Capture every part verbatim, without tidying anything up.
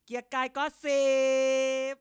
กียร์กายก็สิบ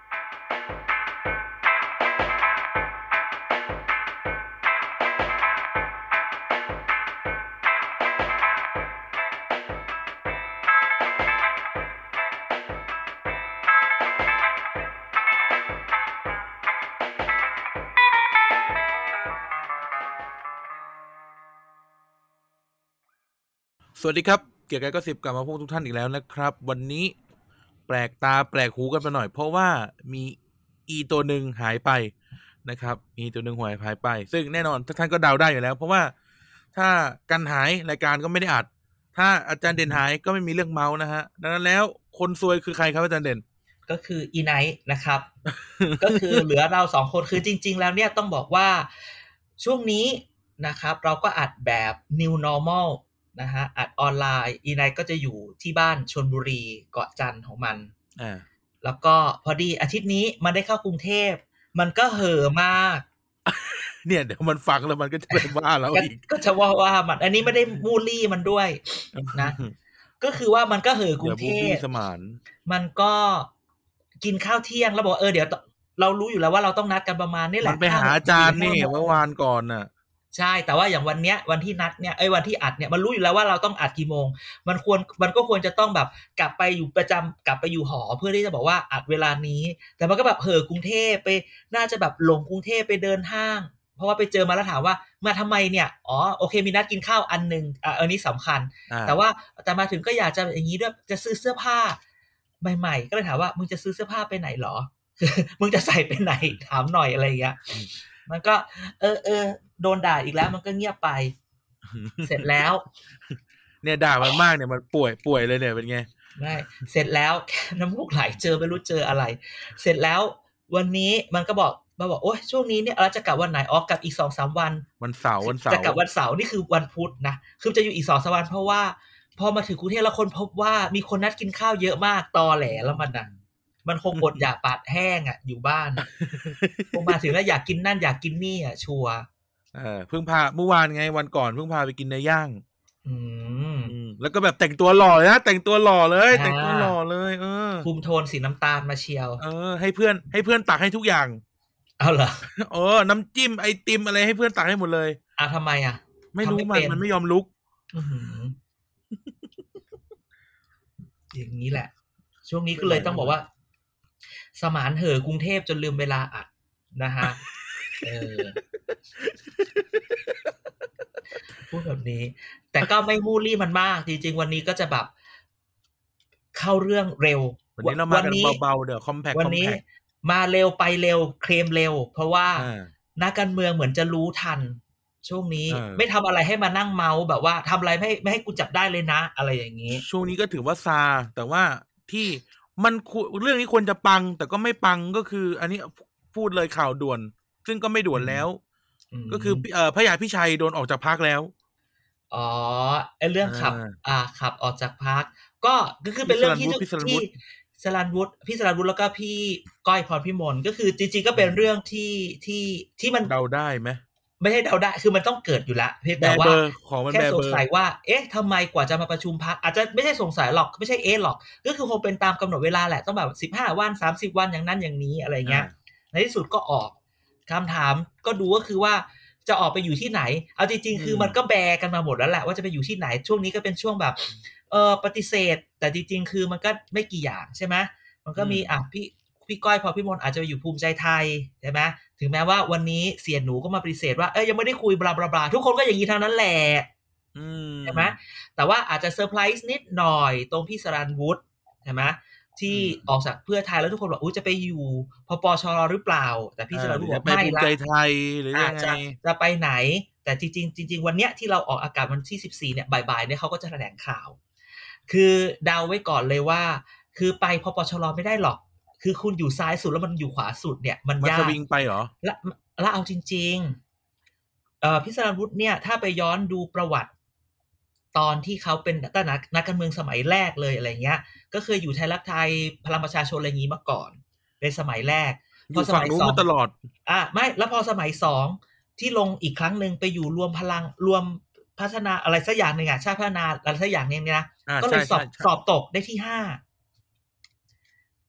สวัสดีครับเกียร์กายก็สิบกลับมาพบทุกท่านอีกแล้วนะครับวันนี้แปลกตาแปลกหูกันไปหน่อยเพราะว่ามีอีตัวหนึ่งหายไปนะครับมีตัวหนึ่งหายหายไปซึ่งแน่นอนทุกท่านก็เดาได้อยู่แล้วเพราะว่าถ้ากันหายรายการก็ไม่ได้อัดถ้าอาจารย์เด่นหายก็ไม่มีเรื่องเมาส์นะฮะดังนั้นแล้วคนซวยคือใครครับอาจารย์เด่นก็คืออีไนท์นะครับ ก็คือเหลือเราสองคนคือจริงๆแล้วเนี่ยต้องบอกว่าช่วงนี้นะครับเราก็อัดแบบ New Normal นะฮะอัดออนไลน์อีไนท์ก็จะอยู่ที่บ้านชลบุรีเกาะจันทร์ของมันอ่าแล้วก็พอดีอาทิตย์นี้มันได้เข้ากรุงเทพมันก็เห่อมากเนี่ยเดี๋ยวมันฟังแล้วมันก็จะเป็นว่าเราอีกก็จะว่าว่ามันอันนี้ไม่ได้มูลลี่มันด้วยนะก็คือว่ามันก็เห่อกรุงเทพมันก็กินข้าวเที่ยงแล้วบอกเออเดี๋ยวเรารู้อยู่แล้วว่าเราต้องนัดกันประมาณนี้แหละมันไปหาอาจารย์นี่เมื่อวานก่อนน่ะใช่แต่ว่าอย่างวันเนี้ยวันที่นัดเนี่ยไอ้วันที่อัดเนี่ยมันรู้อยู่แล้วว่าเราต้องอัดกี่โมงมันควรมันก็ควรจะต้องแบบกลับไปอยู่ประจำกลับไปอยู่หอเพื่อที่จะบอกว่าอัดเวลานี้แต่มันก็แบบเห่อกรุงเทพไปน่าจะแบบหลงกรุงเทพไปเดินห้างเพราะว่าไปเจอมาแล้วถามว่ามาทำไมเนี่ยอ๋อโอเคมีนัดกินข้าวอันนึงอ่ะอันนี้สำคัญแต่ว่าแต่มาถึงก็อยากจะอย่างนี้ด้วยจะซื้อเสื้อผ้าใหม่ๆก็เลยถามว่ามึงจะซื้อเสื้อผ้าไปไหนหรอ มึงจะใส่ไปไหนถามหน่อยอะไรอย่างเงี้ยมันก็เออเออโดนด่าอีกแล้วมันก็เงียบไป เสร็จแล้วเนี่ยด่ามันมากเนี่ยมันป่วยป่วยเลยเนี่ยเป็นไงไม่เสร็จแล้วน้ำมูกไหลเจอไม่รู้เจออะไรเสร็จแล้ววันนี้มันก็บอกมาบอกโอ๊ยช่วงนี้เนี่ยเราจะกลับวันไหนออกกลับอีก สองสาม วันวันเสาร์วันเสาร์จะกลับวันเสาร์นี่คือวันพุธนะคือจะอยู่อีก สองสาม วันเพราะว่าพอมาถึงกรุงเทพแล้วคนพบว่ามีคนนัดกินข้าวเยอะมากตอแหลแล้วมันน่ะมันคงอดอยากปากแห้งอ่ะอยู่บ้านพอมาถึงแล้วอยากกินนั่นอยากกินนี่อ่ะชัวร์เออเพิ่งพาเมื่อวานไงวันก่อนเพิ่งพาไปกินเนื้อย่างอืมแล้วก็แบบแต่งตัวหล่อเลยนะแต่งตัวหล่อเลยแต่งตัวหล่อเลยเออคุมโทนสีน้ำตาลมาเชียวเออให้เพื่อนให้เพื่อนตักให้ทุกอย่างเอาเหรอเออน้ำจิ้มไอติมอะไรให้เพื่อนตักให้หมดเลยอ่ะทำไมอ่ะไม่รู้มันมันไม่ยอมลุกอย่างนี้แหละช่วงนี้ก็เลยต้องบอกว่าสมานเห่อกรุงเทพจนลืมเวลาอัดนะฮะเออพูดแบบนี้แต่ก็ไม่มูลี่มันมากจริงๆวันนี้ก็จะแบบเข้าเรื่องเร็ววันนี้เรามากันเบาๆเดี๋ยวคอมแพควันนี้มาเร็วไปเร็วเคลมเร็วเพราะว่านักการเมืองเหมือนจะรู้ทันช่วงนี้ไม่ทำอะไรให้มานั่งเมาแบบว่าทำอะไรไม่ไม่ให้กูจับได้เลยนะอะไรอย่างนี้ช่วงนี้ก็ถือว่าซาแต่ว่าที่มันเรื่องนี้ควรจะปังแต่ก็ไม่ปังก็คืออันนี้พูดเลยข่าวด่วนซึ่งก็ไม่ด่วนแล้วก็คือเอ่อพระยาพิชัยโดนออกจากพรรคแล้วอ๋อไอ้เรื่องขับอ่าขับออกจากพรรคก็ก็คือเป็นเรื่องที่ที่สรัญวุฒิพี่สรัญวุฒิแล้วก็พี่ก้อยพรพิมลก็คือจริงๆก็เป็นเรื่องที่ที่ที่มันเดาได้ไหมไม่ให้เดาได้คือมันต้องเกิดอยู่แล้วเพียงแต่ว่าแค่สงสัยว่าเอ๊ะทำไมกว่าจะมาประชุมพรรคอาจจะไม่ใช่สงสัยหรอกไม่ใช่เอ๊ะหรอกก็คือคงเป็นตามกำหนดเวลาแหละต้องแบบสิบห้าวันสามสิบวันอย่างนั้นอย่างนี้อะไรเงี้ยในที่สุดก็ออกคำถามก็ดูก็คือว่าจะออกไปอยู่ที่ไหนเอาจริงๆคือมันก็แบกันมาหมดแล้วแหละว่าจะไปอยู่ที่ไหนช่วงนี้ก็เป็นช่วงแบบเออปฏิเสธแต่จริงๆคือมันก็ไม่กี่อย่างใช่ไหมมันก็มีอ่ะพี่พี่ก้อยพอพี่มนอาจจะไปอยู่ภูมิใจไทยใช่ไหมถึงแม้ว่าวันนี้เสียหนูก็มาปฏิเสธว่าเอ้ยยังไม่ได้คุยบลาบลาบลาทุกคนก็อย่างนี้ทางนั้นแหละใช่ไหมแต่ว่าอาจจะเซอร์ไพรส์นิดหน่อยตรงพี่สรัญวุฒิใช่ไหมที่ออกจากเพื่อไทยแล้วทุกคนบอกอุ้ยจะไปอยู่พปชรหรือเปล่าแต่พี่สรัญวุฒิบอกไม่ละภูมิใจไทยหรือยังไงจะไปไหนแต่จริงๆจริงๆวันเนี้ยที่เราออกอากาศวันที่สิบสี่เนี่ยบ่ายๆเนี่ยเขาก็จะแถลงข่าวคือเดาไว้ก่อนเลยว่าคือไปพปชรไม่ได้หรอกคือคุณอยู่ซ้ายสุดแล้วมันอยู่ขวาสุดเนี่ยมันยากมันสวิงไปเหรอแล้วแล้วเอาจริงๆเอ่อพี่สรัญวุฒิเนี่ยถ้าไปย้อนดูประวัติตอนที่เขาเป็นนักนักการเมืองสมัยแรกเลยอะไรเงี้ยก็เคยอยู่ไทยรักไทยพลังประชาชนอะไรงี้มาก่อนเป็นสมัยแรกพอสมัยสองตลอดอ่ะไม่แล้วพอสมัยสองที่ลงอีกครั้งนึงไปอยู่รวมพลังรวมพัฒนาอะไรสักอย่างนึงอ่ะชาติพัฒนาอะไรสักอย่างนึงเนี่ยนะก็เลยสอบสอบตกได้ที่ห้า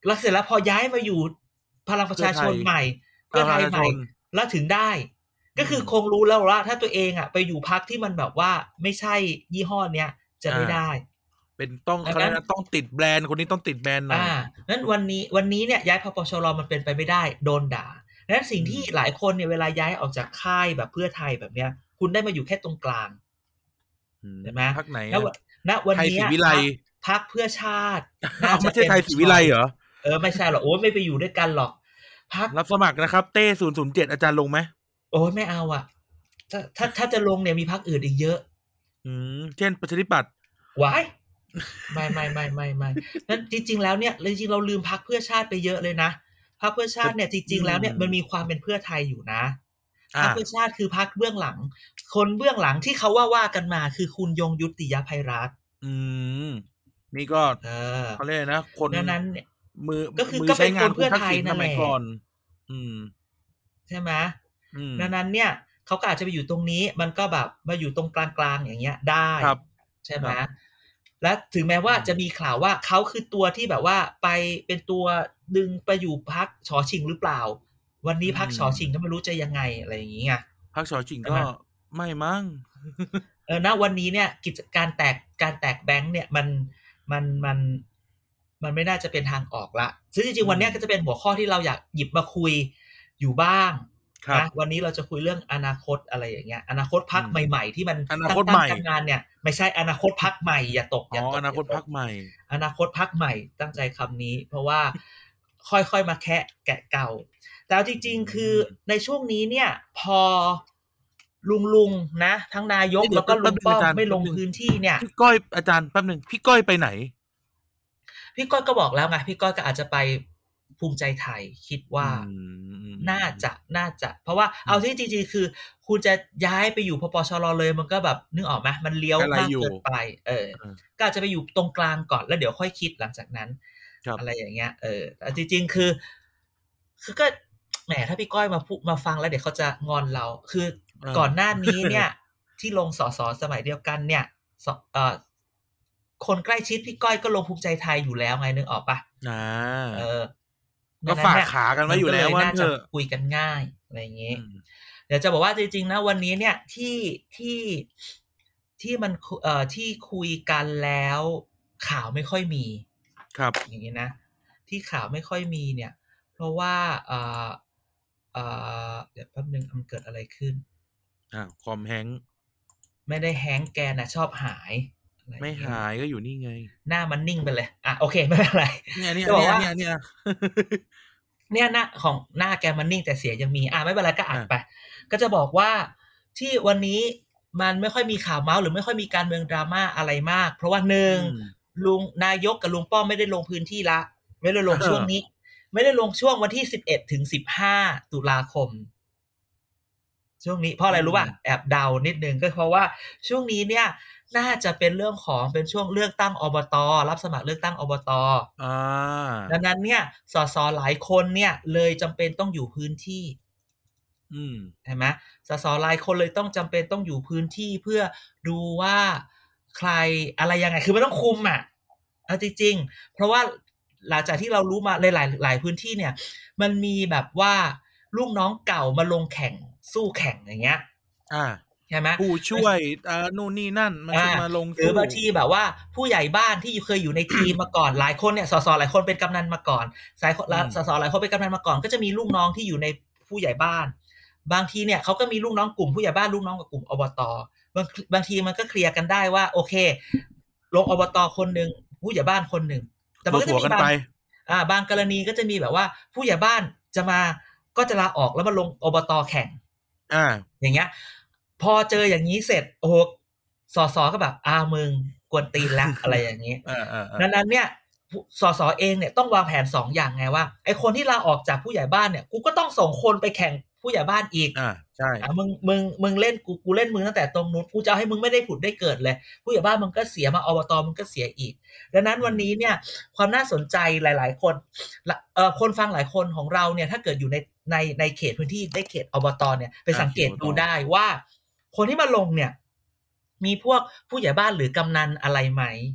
แล้วเสร็จแล้วพอย้ายมาอยู่พลังประชาชนใหม่เพื่อไทยใหม่แล้วถึงได้ก็คือคงรู้แล้วว่าถ้าตัวเองอ่ะไปอยู่พรรคที่มันแบบว่าไม่ใช่ยี่ห้อเนี้ยจะไม่ได้เป็นต้องเขาเรียกต้องติดแบรนด์คนนี้ต้องติดแบรนด์หน่อยอ่านั้นวันนี้วันนี้เนี่ยย้ายพปชรมันเป็นไปไม่ได้โดนด่านั้นสิ่งที่หลายคนเนี่ยเวลาย้ายออกจากค่ายแบบเพื่อไทยแบบเนี้ยคุณได้มาอยู่แค่ตรงกลางใช่ไหมพรรคไหนณวันนี้พรรคเพื่อชาติไม่ใช่ไทยศรีวิไลเหรอเออไม่ใช่หรอกโอ้ไม่ไปอยู่ด้วยกันหรอกพรรครับสมัครนะครับเต้ศูนย์ศูนย์เจ็ดอาจารย์ลงไหมโอ้ยไม่เอาอ่ะถ้าถ้าถ้าจะลงเนี่ยมีพรรคอื่นอีกเยอะอืมเช่นประชาธิปัตย์ว้ายไม่ไม่ไม่ไม่ไม่นั้นจริงๆแล้วเนี่ยจริงๆเราลืมพรรคเพื่อชาติไปเยอะเลยนะพรรคเพื่อชาติเนี่ยจริงๆแล้วเนี่ยมันมีความเป็นเพื่อไทยอยู่นะพรรคเพื่อชาติคือพรรคเบื้องหลังคนเบื้องหลังที่เขาว่าว่ากันมาคือคุณยงยุติยภัยรัตน์อืมนี่ก็เออเขาเรียกนะคนนั้นเนี่ยมือก็คือก็เป็นคนเพื่อไทยนั่นแหละอืมใช่ไหมดังนั้นเนี่ยเขาก็อาจจะไปอยู่ตรงนี้มันก็แบบมาอยู่ตรงกลางๆอย่างเงี้ยได้ใช่ไหมและถึงแม้ว่าจะมีข่าวว่าเขาคือตัวที่แบบว่าไปเป็นตัวดึงไปอยู่พรรคฉอชิงหรือเปล่าวันนี้พรรคฉอชิงก็ไม่รู้จะยังไงอะไรอย่างเงี้ยพรรคฉอชิงก็ไม่มั้งเออณวันนี้เนี่ยกิจการแตกการแตกแบงค์เนี่ยมันมันมันมันไม่น่าจะเป็นทางออกละซึ่งจริงๆวันนี้ก็จะเป็นหัวข้อที่เราอยากหยิบมาคุยอยู่บ้างนะวันนี้เราจะคุยเรื่องอนาคตอะไรอย่างเงี้ยอนาคตพรรคใหม่ๆที่มันอนาคตใหม่งานเนี่ยไม่ใช่อนาคตพรรคใหม่อย่าตกอย่าตกอนาคตพรรคใหม่อนาคตพรรคใหม่ตั้งใจคำนี้เพราะว่าค่อยๆมาแคะแกะเก่าแต่จริงๆคือในช่วงนี้เนี่ยพอลุงลุงนะทั้งนายกแล้วก็ลุงป้อมไม่ลงพื้นที่เนี่ยพี่ก้อยอาจารย์แป๊บนึงพี่ก้อยไปไหนพี่ก้อยก็บอกแล้วไงพี่ก้อยก็อาจจะไปภูมิใจไทยคิดว่าน่าจะน่าจะเพราะว่าเอาที่จริงๆคือคุณจะย้ายไปอยู่พปชรเลยมันก็แบบนึกออกไหมมันเลี้ยวมากเกินไปเออก็อาจจะไปอยู่ตรงกลางก่อนแล้วเดี๋ยวค่อยคิดหลังจากนั้นอะไรอย่างเงี้ยเออแต่จริงๆคือคือก็แหมถ้าพี่ก้อยมาพูดมาฟังแล้วเดี๋ยวเขาจะงอนเราคือก่อนหน้านี้เนี่ยที่ลงสสสมัยเดียวกันเนี่ยเอ่อคนใกล้ชิดพี่ก้อยก็ลงภูมิใจไทยอยู่แล้วไงนึกออกปะอ่าเออก็ฝากขากันไว้อยู่แล้วว่าจะคุยกันง่ายอะไรอย่างงี้เดี๋ยวจะบอกว่าจริงๆนะวันนี้เนี่ยที่ที่ที่มันเอ่อที่คุยกันแล้วข่าวไม่ค่อยมีครับอย่างงี้นะที่ข่าวไม่ค่อยมีเนี่ยเพราะว่าเอ่อเอ่อเดี๋ยวแป๊บนึงมันเกิดอะไรขึ้นอ่าคอมแฮงค์ไม่ได้แฮงค์แกน่ะชอบหายไม่หายก็อยู่นี่ไงหน้ามันนิ่งไปเลยอ่ะโอเคไม่เป็นไรเนี่ยเนี่ยเนี่ยเนี่ยเนี่ยหน้าของหน้าแกมันนิ่งแต่เสียงยังมีอ่ะไม่เป็นไรก็อัดไปก็จะบอกว่าที่วันนี้มันไม่ค่อยมีข่าวเมาส์หรือไม่ค่อยมีการเมืองดราม่าอะไรมากเพราะว่าหนึ่งลุงนายกกับลุงป้อมไม่ได้ลงพื้นที่ละไม่ได้ลงช่วงนี้ไม่ได้ลงช่วงวันที่สิบเอ็ดถึงสิบห้าตุลาคมช่วงนี้เพราะอะไรรู้ป่ะแอบเดานิดนึงก็เพราะว่าช่วงนี้เนี่ยน่าจะเป็นเรื่องของเป็นช่วงเลือกตั้งอบต.รับสมัครเลือกตั้งอบต. อ่าดังนั้นเนี่ยสสหลายคนเนี่ยเลยจำเป็นต้องอยู่พื้นที่อืมใช่ไหมสสหลายคนเลยต้องจำเป็นต้องอยู่พื้นที่เพื่อดูว่าใครอะไรยังไงคือมันต้องคุมอ่ะเอาจริงๆเพราะว่าหลังจากที่เรารู้มาหลายหลายพื้นที่เนี่ยมันมีแบบว่าลูกน้องเก่ามาลงแข่งสู้แข่งอย่างเงี้ยอ่าใช่ไหมผู้ช่วยอ่านู่นนี่นั่นมันจะมาลงหรือบางทีแบบว่าผู้ใหญ่บ้านที่เคยอยู่ในทีมมาก่อนหลายคนเนี่ยสสหลายคนเป็นกำนันมาก่อนสายสสหลายคนเป็นกำนันมาก่อนก็จะมีลูกน้องที่อยู่ในผู้ใหญ่บ้านบางทีเนี่ยเขาก็มีลูกน้องกลุ่มผู้ใหญ่บ้านลูกน้องกับกลุ่มอบต.บางบางทีมันก็เคลียร์กันได้ว่าโอเคลงอบต.คนนึงผู้ใหญ่บ้านคนนึงแต่มันก็จะมีบางอ่าบางกรณีก็จะมีแบบว่าผู้ใหญ่บ้านจะมาก็จะลาออกแล้วมาลงอบต.แข่งอ่าอย่างเงี้ยพอเจออย่างนี้เสร็จโอ้โหสสก็แบบอ่ามึงกวนตีนละอะไรอย่างนี้ดังนั้นเนี่ยสสเองเนี่ยต้องวางแผนสองอย่างไงว่าไอ้คนที่ลาออกจากผู้ใหญ่บ้านเนี่ยกูก็ต้องส่งคนไปแข่งผู้ใหญ่บ้านอีกอ่าใช่อ่ามึงมึงมึงเล่นกูกูเล่นมึงตั้งแต่ตรงนู้นกูจะเอาให้มึงไม่ได้ผุดได้เกิดเลยผู้ใหญ่บ้านมึงก็เสียมาอบต.มึงก็เสียอีกดังนั้นวันนี้เนี่ยความน่าสนใจหลายๆคนเอ่อคนฟังหลายคนของเราเนี่ยถ้าเกิดอยู่ในในในเขตพื้นที่ได้เขตอบต.เนี่ยไปสังเกตดูได้ว่าคนที่มาลงเนี่ยมีพวกผู้ใหญ่บ้านหรือกำนันอะไรไหม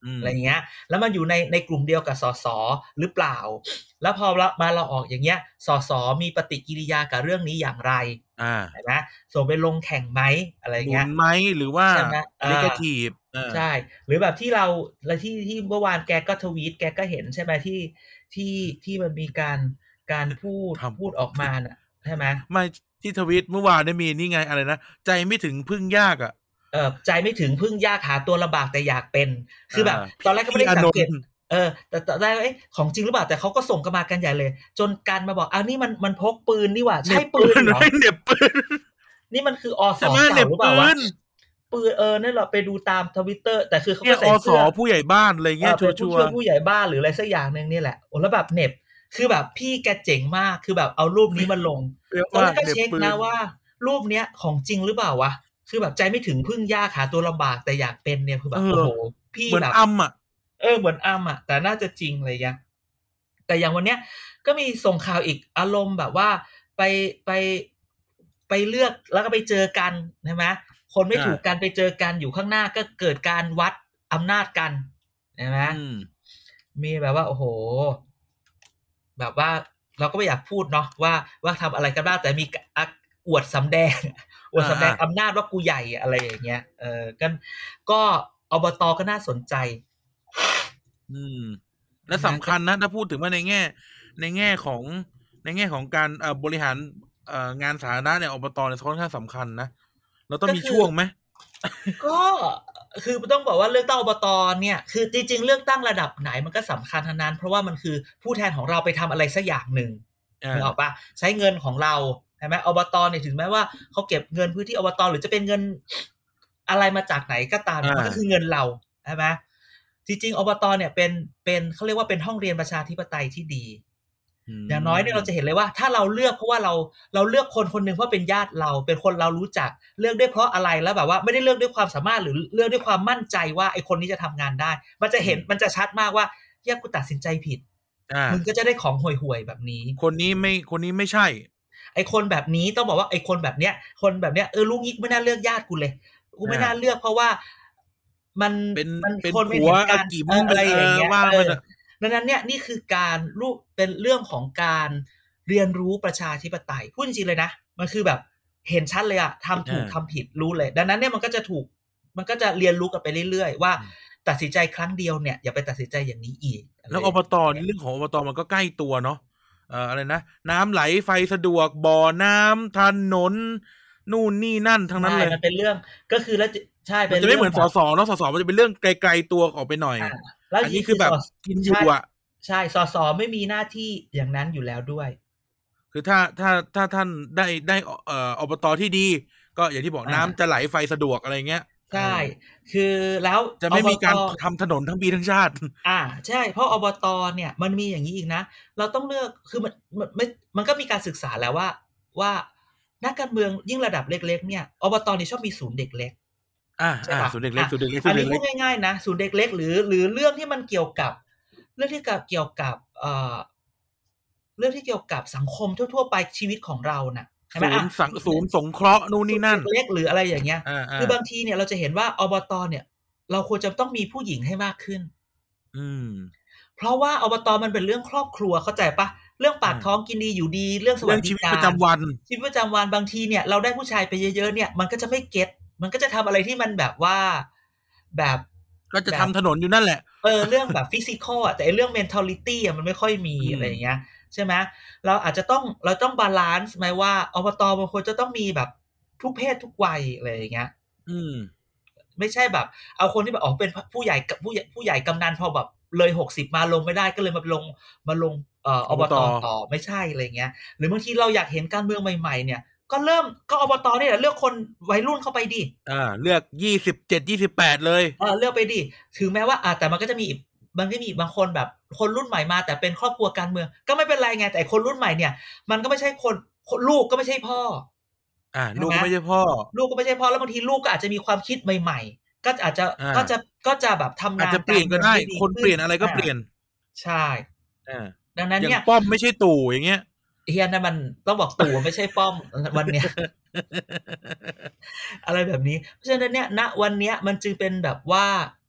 อะไรเงี้ยแล้วมันอยู่ในในกลุ่มเดียวกับสสหรือเปล่าแล้วพอมาเราออกอย่างเงี้ยสสมีปฏิกิริยากับเรื่องนี้อย่างไรอ่าใช่ไหมส่งไปลงแข่งไหมอะไรเงี้ยหนุนไหมหรือว่าเนกาทีฟใช่หรือแบบที่เราและที่ที่เมื่อวานแกก็ทวีตแกก็เห็นใช่ไหมที่ที่ที่มันมีการการพูดพูดออกมาน่ะใช่ไหมไม่ที่ทวีตเมื่อวานได้มีนี่ไงอะไรนะใจไม่ถึงพึ่งยากอ่ะเออใจไม่ถึงพึ่งยากหาตัวลำบากแต่อยากเป็นคือแบบตอนแรกก็ไม่ได้สังเกตเออแต่ตอนแรกเอ๊ะของจริงหรือเปล่าแต่เขาก็ส่งกันมากันใหญ่เลยจนการมาบอกอ้าวนี่มันมันพกปืนนี่หว่าใช่ปืนเหรอเหน็บปืนนี่มันคืออสเก่าหรือเปล่าวะปืนเออนั่นเราไปดูตาม Twitter แต่คือเขาก็ใส่เสื้อผู้ใหญ่บ้านอะไรเงี้ยชัวร์ๆผู้ใหญ่บ้านหรืออะไรสักอย่างนึงนี่แหละโอ้แล้วแบบเหน็บคือแบบพี่แกเจ๋งมากคือแบบเอารูปนี้มาลงตอนแรกก็เช็คนะว่ารูปเนี้ยของจริงหรือเปล่าวะคือแบบใจไม่ถึงพึ่งยากหาตัวลำบากแต่อยากเป็นเนี่ยคือแบบโอ้โหพี่แบบเหมือนอ้ำอ่ะเออเหมือนอ้ำอ่ะแต่น่าจะจริงเลยยังแต่อย่างวันเนี้ยก็มีส่งข่าวอีกอารมณ์แบบว่าไปไปไปเลือกแล้วก็ไปเจอกันใช่ไหมคนไม่ถูกกันไปเจอกันอยู่ข้างหน้าก็เกิดการวัดอำนาจกันใช่ไหมมีแบบว่าโอ้โหแบบว่าเราก็ไม่อยากพูดเนาะว่าว่าทำอะไรกันบ้างแต่มีอวดสำแดงอวดสำแดงอำนาจว่ากูใหญ่อะไรอย่างเงี้ยเออก็ก็อบต.ก็น่าสนใจอืมและสำคัญนะถ้าพูดถึงว่าในแง่ในแง่ของในแง่ของการเอ่อบริหารงานสาธารณะเนี่ยอบต.เนี่ยค่อนข้างสำคัญนะเราต้องมีช่วงไหมก็คือต้องบอกว่าเลือกตั้งอบต.เนี่ยคือจริงๆเลือกตั้งระดับไหนมันก็สำคัญทั้งนั้นเพราะว่ามันคือผู้แทนของเราไปทำอะไรสักอย่างหนึ่งนึกออกปะใช้เงินของเราใช่ไหมอบต.เนี่ยถึงแม้ว่าเขาเก็บเงินพื้นที่อบต.หรือจะเป็นเงินอะไรมาจากไหนก็ตามมันก็คือเงินเราใช่ไหมจริงๆอบต.เนี่ยเป็นเป็นเขาเรียกว่าเป็นห้องเรียนประชาธิปไตยที่ดีอย่างน้อยเนี่ยเราจะเห็นเลยว่าถ้าเราเลือกเพราะว่าเราเราเลือกคนคนนึงเพราะเป็นญาติเราเป็นคนเรารู้จักเลือกด้วยเพราะอะไรแล้วแบบว่าไม่ได้เลือกด้วยความสามารถหรือเลือกด้วยความมั่นใจว่าไอ้คนนี้จะทำงานได้มันจะเห็นมันจะชัดมากว่าเหี้ยกูตัดสินใจผิดมึงก็จะได้ของห่วยๆแบบนี้คนนี้ไม่คนนี้ไม่ใช่ไอ้คนแบบนี้ต้องบอกว่าไอ้คนแบบเนี้ยคนแบบเนี้ยเออลูกนี้ไม่น่าเลือกญาติกูเลยกูไม่น่าเลือกเพราะว่ามันมันคนไม่เห็นกันอะไรอย่างเงี้ยดังนั้นเนี่ยนี่คือการรูปเป็นเรื่องของการเรียนรู้ประชาธิปไตยพูดจริงๆเลยนะมันคือแบบเห็นชัดเลยอะทำถูกทำผิดรู้เลยดังนั้นเนี่ยมันก็จะถูกมันก็จะเรียนรู้กันไปเรื่อยๆว่าตัดสินใจครั้งเดียวเนี่ยอย่าไปตัดสินใจอย่างนี้อีกแล้วอบต.เรื่องของอบต.มันก็ใกล้ตัวเนาะเอ่ออะไรนะน้ำไหลไฟสะดวกบ่อน้ำถนนนู่นนี่นั่นทั้งนั้นเลยมันเป็นเรื่องก็คือแล้วใช่เป็นจะไม่เหมือนสสเนาะสสมันจะเป็นเรื่องไกลๆตัวออกไปหน่อยอันนี้คือแบบกินอยู่อ่ะใช่สสไม่มีหน้าที่อย่างนั้นอยู่แล้วด้วยคือถ้าถ้าถ้าท่านได้ได้เอ่ออบต.ที่ดีก็อย่างที่บอกน้ำจะไหลไฟสะดวกอะไรเงี้ยใช่คือแล้วจะไม่มีการทำถนนทั้งปีทั้งชาติอ่าใช่เพราะอบต.เนี่ยมันมีอย่างนี้อีกนะเราต้องเลือกคือมันมันไม่มันก็มีการศึกษาแล้วว่าว่านักการเมืองยิ่งระดับเล็กๆเนี่ยอบต.นี่ชอบมีศูนย์เด็กเล็กอ่าอ่าศูนย์เด็กเล็กศูนย์เด็กเล็กอันนี้พูดง่ายๆนะศูนย์เด็กเล็กหรือหรือเรื่องที่มันเกี่ยวกับเรื่องที่เกี่ยวกับเอ่อเรื่องที่เกี่ยวกับสังคมทั่วๆไปชีวิตของเราน่ะใช่ไหมศูนย์สังศูนย์สงเคราะห์นู่นนี่นั่นเล็กหรืออะไรอย่างเงี้ยคือบางทีเนี่ยเราจะเห็นว่าอบต.เนี่ยเราควรจะต้องมีผู้หญิงให้มากขึ้นอืมเพราะว่าอบต.มันเป็นเรื่องครอบครัวเข้าใจปะเรื่องปากท้องกินดีอยู่ดีเรื่องสวัสดิการชีวิตประจำวันชีวิตประจำวันบางทีเนี่ยเราได้ผู้ชายไปเยอะๆเนี่ยมันก็จะไม่เก็ตมันก็จะทำอะไรที่มันแบบว่าแบบก็จะทำถนนอยู่นั่นแหละเออเรื่องแบบฟิสิกอลอ่ะแต่เรื่อง mentality อ่ะมันไม่ค่อยมีอะไรอย่างเงี้ยใช่ไหมเราอาจจะต้องเราต้องบาลานซ์ไหมว่าอบต.บางคนจะต้องมีแบบทุกเพศทุกวัยอะไรอย่างเงี้ยอืมไม่ใช่แบบเอาคนที่แบบออกเป็นผู้ใหญ่กับผู้ใหญ่ผู้ใหญ่กำนันพอแบบเลยหกสิบมาลงไม่ได้ก็เลยมาลงมาลงเอ่ออบต.ต่อไม่ใช่อะไรเงี้ยหรือบางทีเราอยากเห็นการเมืองใหม่ๆเนี่ยก็เริ่มก็อบต.นี่แหละเลือกคนวัยรุ่นเข้าไปดิอ่าเลือกยี่สิบเจ็ด ยี่สิบแปดเลยเออเลือกไปดิถึงแม้ว่าอ่าแต่มันก็จะมีบางที่มีบางคนแบบคนรุ่นใหม่มาแต่เป็นครอบครัวการเมืองก็ไม่เป็นไรไงแต่คนรุ่นใหม่เนี่ยมันก็ไม่ใช่คนลูกก็ไม่ใช่พ่ออ่าลูกก็ไม่ใช่พ่อลูกก็ไม่ใช่พ่อแล้วบางทีลูกก็อาจจะมีความคิดใหม่ๆก็อาจจะก็จะก็จะแบบทำงานอาจจะเปลี่ยนก็ได้คนเปลี่ยนอะไรก็เปลี่ยนใช่ดังนั้นเนี่ยป้อมไม่ใช่ตู่อย่างเงี้ยเฮียนั่นมันต้องบอกตู่ไม่ใช่ป้อมวันเนี้ยอะไรแบบนี้เพราะฉะนั้นเนี่ยณวันเนี้ยมันจึงเป็นแบบว่าจ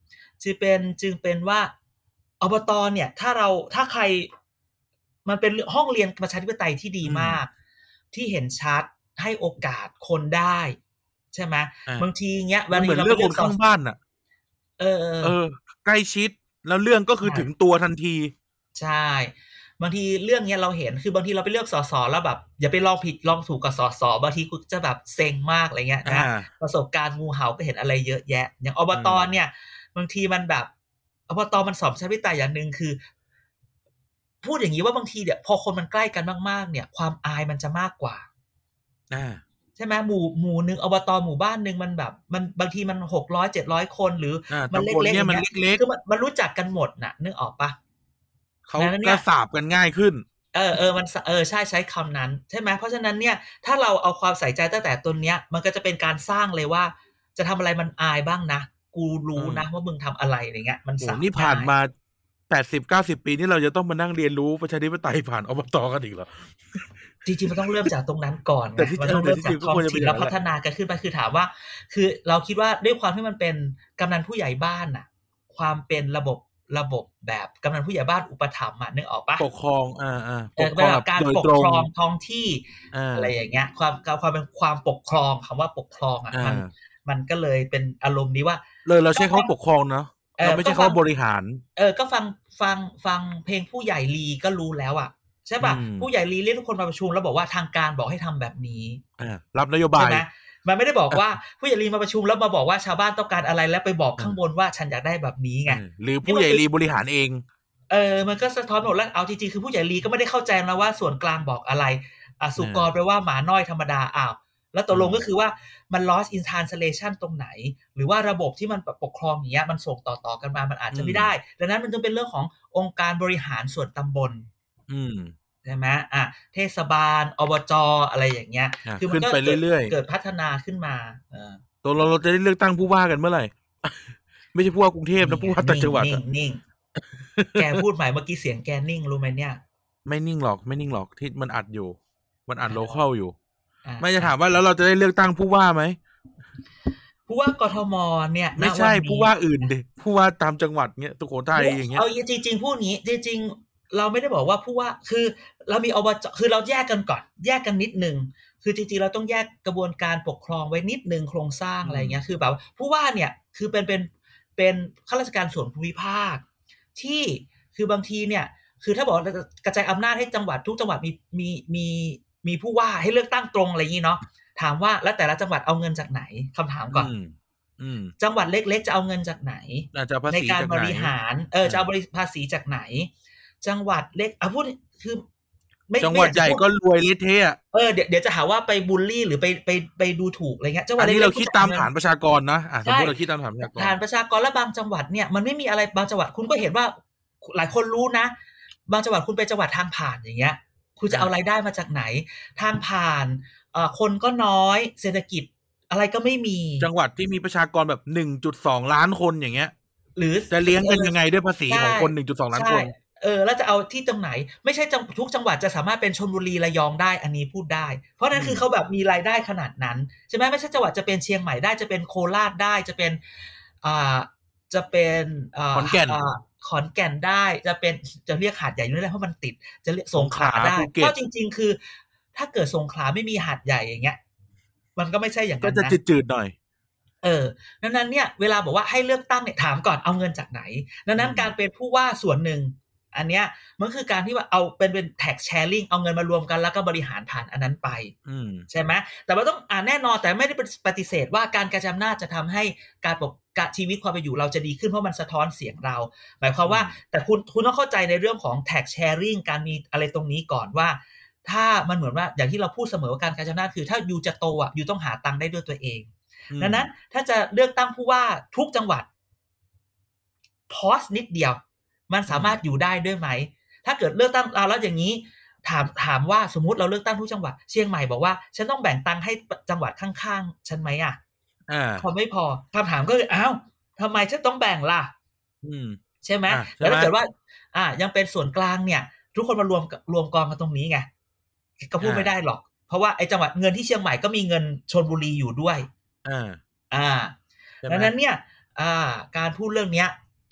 จึงเป็นจึงเป็นว่าอบต.เนี่ยถ้าเราถ้าใครมันเป็นห้องเรียนประชาธิปไตยที่ดีมากที่เห็นชัดให้โอกาสคนได้ใช่ไหมบางทีเงี้ยวันนี้เราเลือกคนข้างบ้านอ่ะเออเออใกล้ชิดแล้วเรื่องก็คือถึงตัวทันทีใช่บางทีเรื่องเนี้ยเราเห็นคือบางทีเราไปเลือกสสแล้วแบบอย่าไปลองผิดลองถูกกับสสบางทีกูจะแบบเซ็งมากอะไรเงี้ยนะประสบการณ์งูเห่าก็เห็นอะไรเยอะแยะอย่างอบต.เนี่ยบางทีมันแบบอบต.มันสอบประชาธิปไตยอย่างนึงคือพูดอย่างนี้ว่าบางทีเนี่ยพอคนมันใกล้กันมากๆเนี่ยความอายมันจะมากกว่าอ่าใช่ไหมหมู่หมู่นึงอบต.หมู่บ้านนึงมันแบบมันบางทีมันหกร้อย เจ็ดร้อยคนหรือมันเล็กๆอย่างเงี้ยคือมันมันรู้จักกันหมดน่ะนึกออกปะเขาก็สาบกันง่ายขึ้นเออเออมันเออใช่ใช้คำนั้นใช่ไหมเพราะฉะนั้นเนี่ยถ้าเราเอาความใส่ใจตั้งแต่ต้นเนี้ยมันก็จะเป็นการสร้างเลยว่าจะทำอะไรมันอายบ้างนะกูรู้นะว่ามึงทำอะไรอย่างเงี้ยมันสามนี่ผ่านมาแปดสิบ เก้าสิบปีนี่เราจะต้องมานั่งเรียนรู้ประชาธิปไตยผ่านอบต.กันอีกเหรอจริงๆมันต้องเริ่มจากตรงนั้นก่อนไงมันต้องเริ่มจากท้องถิ่นแล้วพัฒนากันขึ้นไปคือถามว่าคือเราคิดว่าด้วยความที่มันเป็นกำนันผู้ใหญ่บ้านน่ะความเป็นระบบระบบแบบกำนันผู้ใหญ่บ้านอุปถัมภ์อ่ะนึกออกปะปกครองอ่าๆปกครองการปกครองท้องที่อะไรอย่างเงี้ยความความเป็นความปกครองคำว่าปกครองอ่ะมันมันก็เลยเป็นอารมณ์นี้ว่าเลยเราใช้คำว่าปกครองเนาะเราไม่ใช่คำว่าบริหารเออก็ฟังฟังฟังเพลงผู้ใหญ่ลีก็รู้แล้วอ่ะใช่ป่ะผู้ใหญ่ลีเรียกทุกคนมาประชุมแล้วบอกว่าทางการบอกให้ทำแบบนี้รับนโยบายใช่ไหมมันไม่ได้บอกว่าผู้ใหญ่ลีมาประชุมแล้วมาบอกว่าชาวบ้านต้องการอะไรแล้วไปบอกข้างบนว่าฉันอยากได้แบบนี้ไงหรือผู้ใหญ่ลีบริหารเองเออมันก็สะท้อนหมดแล้วเอาจริงๆคือผู้ใหญ่ลีก็ไม่ได้เข้าใจนะว่าส่วนกลางบอกอะไรอ่ะสุกรแปลว่าหมาน้อยธรรมดาอ้าวแล้วตกลงก็คือว่ามัน lost in translation ตรงไหนหรือว่าระบบที่มันปกครองอย่างเงี้ยมันส่งต่อๆกันมามันอาจจะไม่ได้ดังนั้นมันจึงเป็นเรื่องขององค์การบริหารส่วนตำบลอืมใช่ไหมอ่ะเทศบาลอบจอะไรอย่างเงี้ยคือมันก็ไปเรื่อยๆเกิดพัฒนาขึ้นมาเออตัวเราเราจะได้เลือกตั้งผู้ว่ากันเมื่อไหร่ ไม่ใช่ผู้ว่ากรุงเทพนะผู้ว่าต่างจังหวัดนิ่งๆแกพูดใหม่เมื่อกี้เสียงแกนิ่งรู้ไหมเนี่ยไม่นิ่งหรอกไม่นิ่งหรอกที่มันอัดอยู่มันอัดโลคอลอยู่ไม่จะถามว่าแล้วเราจะได้เลือกตั้งผู้ว่าไหมผู้ว่ากทมเนี่ยไม่ใช่ผู้ว่าอื่นดิผู้ว่าตามจังหวัดเงี้ยสุโขทัยอย่างเงี้ยเอาจริงๆพูดงี้จริงๆเราไม่ได้บอกว่าผู้ว่าคือเรามีอบจคือเราแยกกันก่อนแยกกันนิดนึงคือจริงๆเราต้องแยกกระบวนการปกครองไว้นิดนึงโครงสร้างอะไรเงี้ยคือแบบผู้ว่าเนี่ยคือเป็นเป็นเป็นข้าราชการส่วนภูมิภาคที่คือบางทีเนี่ยคือถ้าบอกกระจายอำนาจให้จังหวัดทุกจังหวัดมีมีมีมีผู้ว่าให้เลือกตั้งตรงอะไรอย่างนี้เนาะถามว่าแล้วแต่ละจังหวัดเอาเงินจากไหนคำถามก่อนจังหวัดเล็กๆจะเอาเงินจากไหนในการบริหารเออจะเอาภาษีจากไหนจังหวัดเล็กอ่ะพูดคือจังหวัดใหญ่ก็รวยเละเทะเออเดี๋ยวเดี๋ยวจะหาว่าไปบูลลี่หรือไปไปไปดูถูกอะไรเงี้ยจังหวัดเล็กๆเราคิดตามฐานประชากรนะอ่ะสมมติเราคิดตามฐานประชากรฐานประชากรและบางจังหวัดเนี่ยมันไม่มีอะไรบางจังหวัดคุณก็เห็นว่าหลายคนรู้นะบางจังหวัดคุณไปจังหวัดทางผ่านอย่างเงี้ยคุณจะเอารายได้มาจากไหนทางผ่านเอ่อคนก็น้อยเศรษฐกิจอะไรก็ไม่มีจังหวัดที่มีประชากรแบบ หนึ่งจุดสอง ล้านคนอย่างเงี้ยหรือจะเลี้ยงกันยังไงด้วยภาษีของคน หนึ่งจุดสอง ล้านคนเออแล้วจะเอาที่ตรงไหนไม่ใช่ทุกจังหวัดจะสามารถเป็นชลบุรีระยองได้อันนี้พูดได้เพราะนั้นคือเขาแบบมีรายได้ขนาดนั้นใช่ไหมไม่ใช่จังหวัดจะเป็นเชียงใหม่ได้จะเป็นโคราชได้จะเป็นอ่าจะเป็นอ่าขอนแก่นขอนแก่นได้จะเป็นจะเรียกหาดใหญ่ไม่ได้เพราะมันติดจะเรียกสงขลาได้เพราะจริงๆคือถ้าเกิดสงขลาไม่มีหาดใหญ่อย่างเงี้ยมันก็ไม่ใช่อย่างนั้นนะก็จะจืดๆหน่อยเออดังนั้นเนี่ยเวลาบอกว่าให้เลือกตั้งเนี่ยถามก่อนเอาเงินจากไหนดังนั้นการเป็นผู้ว่าส่วนหนึ่งอันเนี้ยมันคือการที่ว่าเอาเป็นเป็น tax sharing เอาเงินมารวมกันแล้วก็บริหารผ่านอันนั้นไปใช่ไหมแต่ว่าต้องอ่าแน่นอนแต่ไม่ได้ปฏิเสธว่าการกระจายอำนาจจะทำให้การปกการชีวิตความเป็นอยู่เราจะดีขึ้นเพราะมันสะท้อนเสียงเราหมายความว่าแต่คุณคุณต้องเข้าใจในเรื่องของ tax sharing การมีอะไรตรงนี้ก่อนว่าถ้ามันเหมือนว่าอย่างที่เราพูดเสมอว่าการกระจายอำนาจคือถ้าอยู่จะโตอ่ะอยู่ต้องหาตังค์ได้ด้วยตัวเองดังนั้นถ้าจะเลือกตั้งผู้ว่าทุกจังหวัดพอสนิดเดียวมันสามารถอยู่ได้ด้วยไหมถ้าเกิดเลือกตั้งแล้วอย่างนี้ถามถามว่าสมมุติเราเลือกตั้งทุกจังหวัดเชียงใหม่บอกว่าฉันต้องแบ่งตังค์ให้จังหวัดข้างๆฉันไหมอ่ะพอไม่พอคำถามก็คืออ้าวทำไมฉันต้องแบ่งล่ะใช่ไหมแล้วถ้าเกิดว่าอ่ายังเป็นส่วนกลางเนี่ยทุกคนมารวมรวมกองกันตรงนี้ไงก็พูดไม่ได้หรอกเพราะว่าไอ้จังหวัดเงินที่เชียงใหม่ก็มีเงินชลบุรีอยู่ด้วยอ่าอ่าดังนั้นเนี่ยอ่าการพูดเรื่องเนี้ย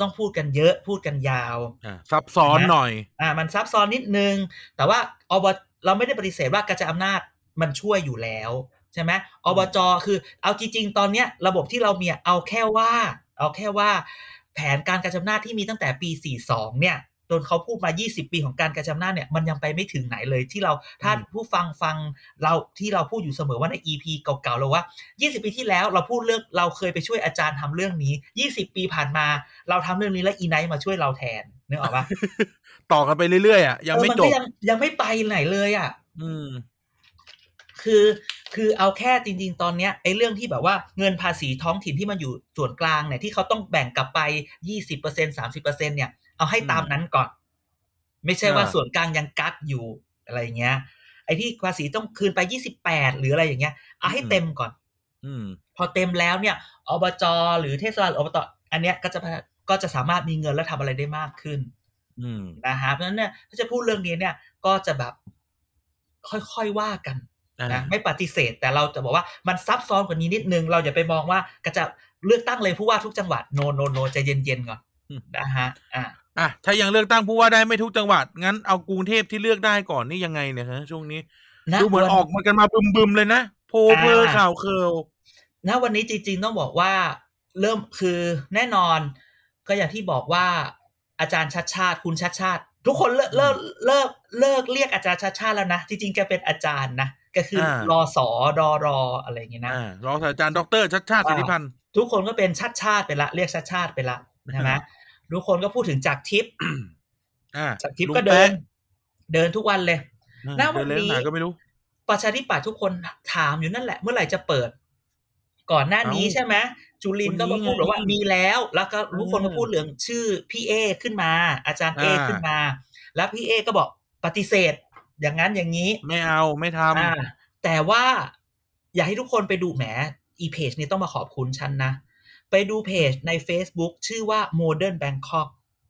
ต้องพูดกันเยอะพูดกันยาวอ่าซับซ้อนหน่อยอ่ามันซับซ้อนนิดนึงแต่ว่าอบเราไม่ได้ปฏิเสธว่ากระจายอำนาจมันช่วยอยู่แล้วใช่ไหมอบจคือเอาจริงๆตอนเนี้ยระบบที่เรามีเอาแค่ว่าเอาแค่ว่าแผนการกระจายอำนาจที่มีตั้งแต่ปีสี่สิบสองเนี่ยจนเขาพูดมายี่สิบปีของการกระจายอำนาจเนี่ยมันยังไปไม่ถึงไหนเลยที่เราถ้าผู้ฟังฟังเราที่เราพูดอยู่เสมอว่าใน อี พี เก่าๆเราว่ายี่สิบปีที่แล้วเราพูดเรื่องเราเคยไปช่วยอาจารย์ทำเรื่องนี้ยี่สิบปีผ่านมาเราทำเรื่องนี้แล้วอีไนท์มาช่วยเราแทนนึกออกปะต่อกันไปเรื่อยๆอ่ะยังไม่จบยังยังไม่ไปไหนเลยอ่ะอืมคือคือเอาแค่จริงๆตอนเนี้ยไอ้เรื่องที่แบบว่าเงินภาษีท้องถิ่นที่มันอยู่ส่วนกลางเนี่ยที่เขาต้องแบ่งกลับไป ยี่สิบเปอร์เซ็นต์ สามสิบเปอร์เซ็นต์ เนี่ยเอาให้ตามนั้นก่อนไม่ใช่ว่าส่วนกลางยังกักอยู่อะไรเงี้ยไอ้ที่ภาษีต้องคืนไปยี่สิบแปดหรืออะไรอย่างเงี้ยเอาให้เต็มก่อนอืมพอเต็มแล้วเนี่ยอบจหรือเทศบาลอบตอันเนี้ยก็จะก็จะสามารถมีเงินและทำอะไรได้มากขึ้นอืมนะฮะเพราะฉะนั้นเนี่ยถ้าจะพูดเรื่องนี้เนี่ยก็จะแบบค่อยๆว่ากันนะไม่ปฏิเสธแต่เราจะบอกว่ามันซับซ้อนกว่านี้นิดนึงเราอย่าไปมองว่าก็จะเลือกตั้งเลยผู้ว่าทุกจังหวัดโนโนโนใจเย็นๆก่อนนะฮะอ่ะอ่ะถ้ายังเลือกตั้งผู้ว่าได้ไม่ทุกจังหวัดงั้นเอากรุงเทพที่เลือกได้ก่อนนี่ยังไงเนี่ยฮะช่วงนี้ดูเหมือนออกมากันมาบึมๆเลยนะโพเพอข่าวเคิลณวันนี้จริงๆต้องบอกว่าเริ่มคือแน่นอนก็อย่างที่บอกว่าอาจารย์ชัดชาติคุณชัดชาติทุกคนเลิกเลิกเลิกเลิกเรียกอาจารย์ชัดชาติแล้วนะจริงๆแกเป็นอาจารย์นะก็คือรอสอดอรออะไรอย่างเงี้ยนะรองศาสตราจารย์ดรชัดชาติสิทธิพันธ์ทุกคนก็เป็นชัดชาติไปละเรียกชัดชาติไปละใช่ไหมทุกคนก็พูดถึงจากทิพย์จากทิพย์ก็เดินเดินทุกวันเลยณวันนี้ก็ไม่รู้ประชาธิปัตย์ทุกคนถามอยู่นั่นแหละเมื่อไหร่จะเปิดก่อนหน้านี้ใช่ไหมจุลินก็มาพูดว่ามีแล้วแล้วก็ทุกคนก็พูดเรื่องชื่อพี่เอขึ้นมาอาจารย์เอขึ้นมาแล้วพี่เอก็บอกปฏิเสธอย่างนั้นอย่างนี้ไม่เอาไม่ทำแต่ว่าอยากให้ทุกคนไปดูแหมอีเพจนี้ต้องมาขอบคุณฉันนะไปดูเพจใน Facebook ชื่อว่า Modern Bangkok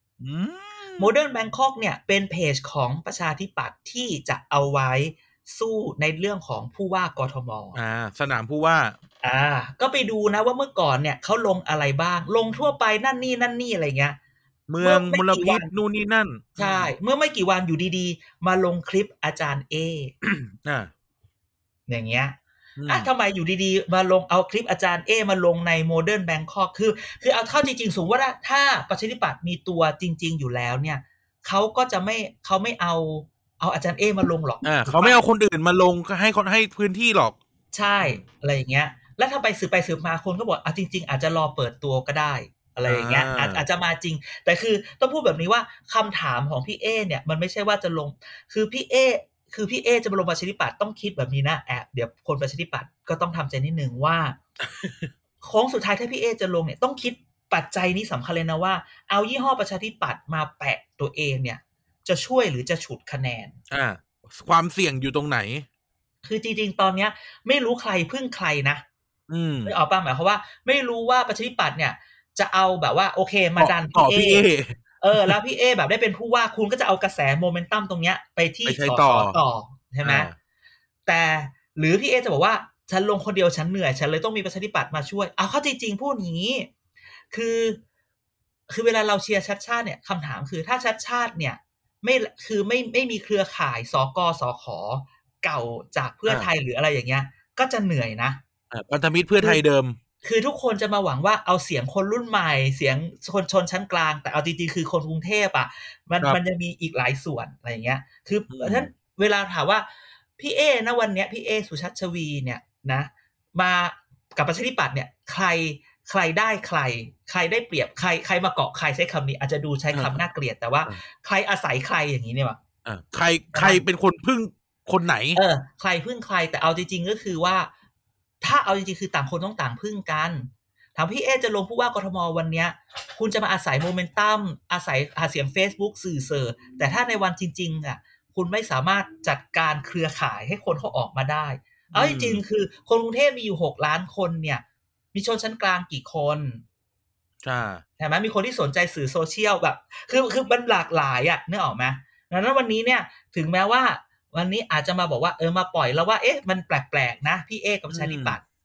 Modern Bangkok เนี่ยเป็นเพจของประชาธิปัตย์ที่จะเอาไว้สู้ในเรื่องของผู้ว่ากทมอ่าสนามผู้ว่าอ่าก็ไปดูนะว่าเมื่อก่อนเนี่ยเขาลงอะไรบ้างลงทั่วไปนั่นนี่นั่นนี่อะไรเงี้ยเมืองมลพิษนู่นนี่นั่นใช่เมื่อไม่กี่วันอยู่ดีๆมาลงคลิปอาจารย์เออ่าอย่างเงี้ยอ่ะทำไมอยู่ดีๆมาลงเอาคลิปอาจารย์เอมาลงใน Modern Bangkok คือคือเอาเท่าจริงๆสมมติว่าถ้าประชาธิปัตย์มีตัวจริงๆอยู่แล้วเนี่ยเขาก็จะไม่เขาไม่เอาเอาอาจารย์เอมาลงหรอกอ่าเขาไม่เอาคนอื่นมาลงให้คนให้พื้นที่หรอกใช่อะไรอย่างเงี้ยแล้วถ้าไปสืบไปสืบมาคนก็บอกอ่ะจริงๆอาจจะรอเปิดตัวก็ได้อะไรอย่างเงี้ยอาจอาจจะมาจริงแต่คือต้องพูดแบบนี้ว่าคำถามของพี่เอเนี่ยมันไม่ใช่ว่าจะลงคือพี่เอคือพี่เอจะมาลงประชาธิปัตย์ต้องคิดแบบนี้นะแอบเดี๋ยวคนประชาธิปัตย์ก็ต้องทำใจนิดนึงว่าโค้งสุดท้ายถ้าพี่เอจะลงเนี่ยต้องคิดปัจจัยนี้สำคัญเลยนะว่าเอายี่ห้อประชาธิปัตย์มาแปะตัวเองเนี่ยจะช่วยหรือจะฉุดคะแนนอ่าความเสี่ยงอยู่ตรงไหนคือจริงๆตอนเนี้ยไม่รู้ใครพึ่งใครนะอืมไม่ออกป่ะหมายความว่าไม่รู้ว่าประชาธิปัตย์เนี่ยจะเอาแบบว่าโอเคมาดันพี่เอเออแล้วพี่เอแบบได้เป็นผู้ว่าคุณก็จะเอากระแสโมเมนตัมตรงเนี้ยไปที่สสต่อใช่ไหมแต่หรือพี่เอจะบอกว่าฉันลงคนเดียวฉันเหนื่อยฉันเลยต้องมีประชาธิปัตย์มาช่วยเอาเข้าจริงๆพูดนี้คือคือเวลาเราเชียร์ชัดชาติเนี่ยคำถามคือถ้าชัดชาติเนี่ยไม่คือไม่ไม่มีเครือข่ายสกสขเก่าจากเพื่อไทยหรืออะไรอย่างเงี้ยก็จะเหนื่อยนะพันธมิตรเพื่อไทยเดิมคือทุกคนจะมาหวังว่าเอาเสียงคนรุ่นใหม่เสียงคนชนชั้นกลางแต่เอาจริงๆคือคนกรุงเทพอ่ะมันมันจะมีอีกหลายส่วนอะไรอย่างเงี้ยคือเพราะฉะนั้นเวลาถามว่าพี่เอนะวันเนี้ยพี่เอสุชัชวีเนี่ยนะมากับประชาธิปัตย์เนี่ยใครใครได้ใครใครได้เปรียบใครใครมาเกาะใครใช้คำนี้อาจจะดูใช้คำน่าเกลียดแต่ว่าใครอาศัยใครอย่างนี้เนี่ยวะใครใครเป็นคนพึ่งคนไหนเออใครพึ่งใครแต่เอาจริงๆก็คือว่าถ้าเอาจริงๆคือต่างคนต้องต่างพึ่งกันถามพี่เอจะลงผู้ว่ากทมวันนี้คุณจะมาอาศัยโมเมนตัมอาศัยหาเสียง Facebook สื่อเสอแต่ถ้าในวันจริงๆอ่ะคุณไม่สามารถจัดการเครือข่ายให้คนเขาออกมาได้เอาจริงๆคือคนกรุงเทพมีอยู่หกล้านคนเนี่ยมีชนชั้นกลางกี่คนใช่ใช่ไหมมีคนที่สนใจสื่อโซเชียลแบบคือคือมันหลากหลายอ่ะนึกออกไหมดังนั้นวันนี้เนี่ยถึงแม้ว่าวันนี้อาจจะมาบอกว่าเออมาปล่อยแล้วว่าเอ๊ะมันแปลกๆนะพี่เอกับประชาธิปัตย์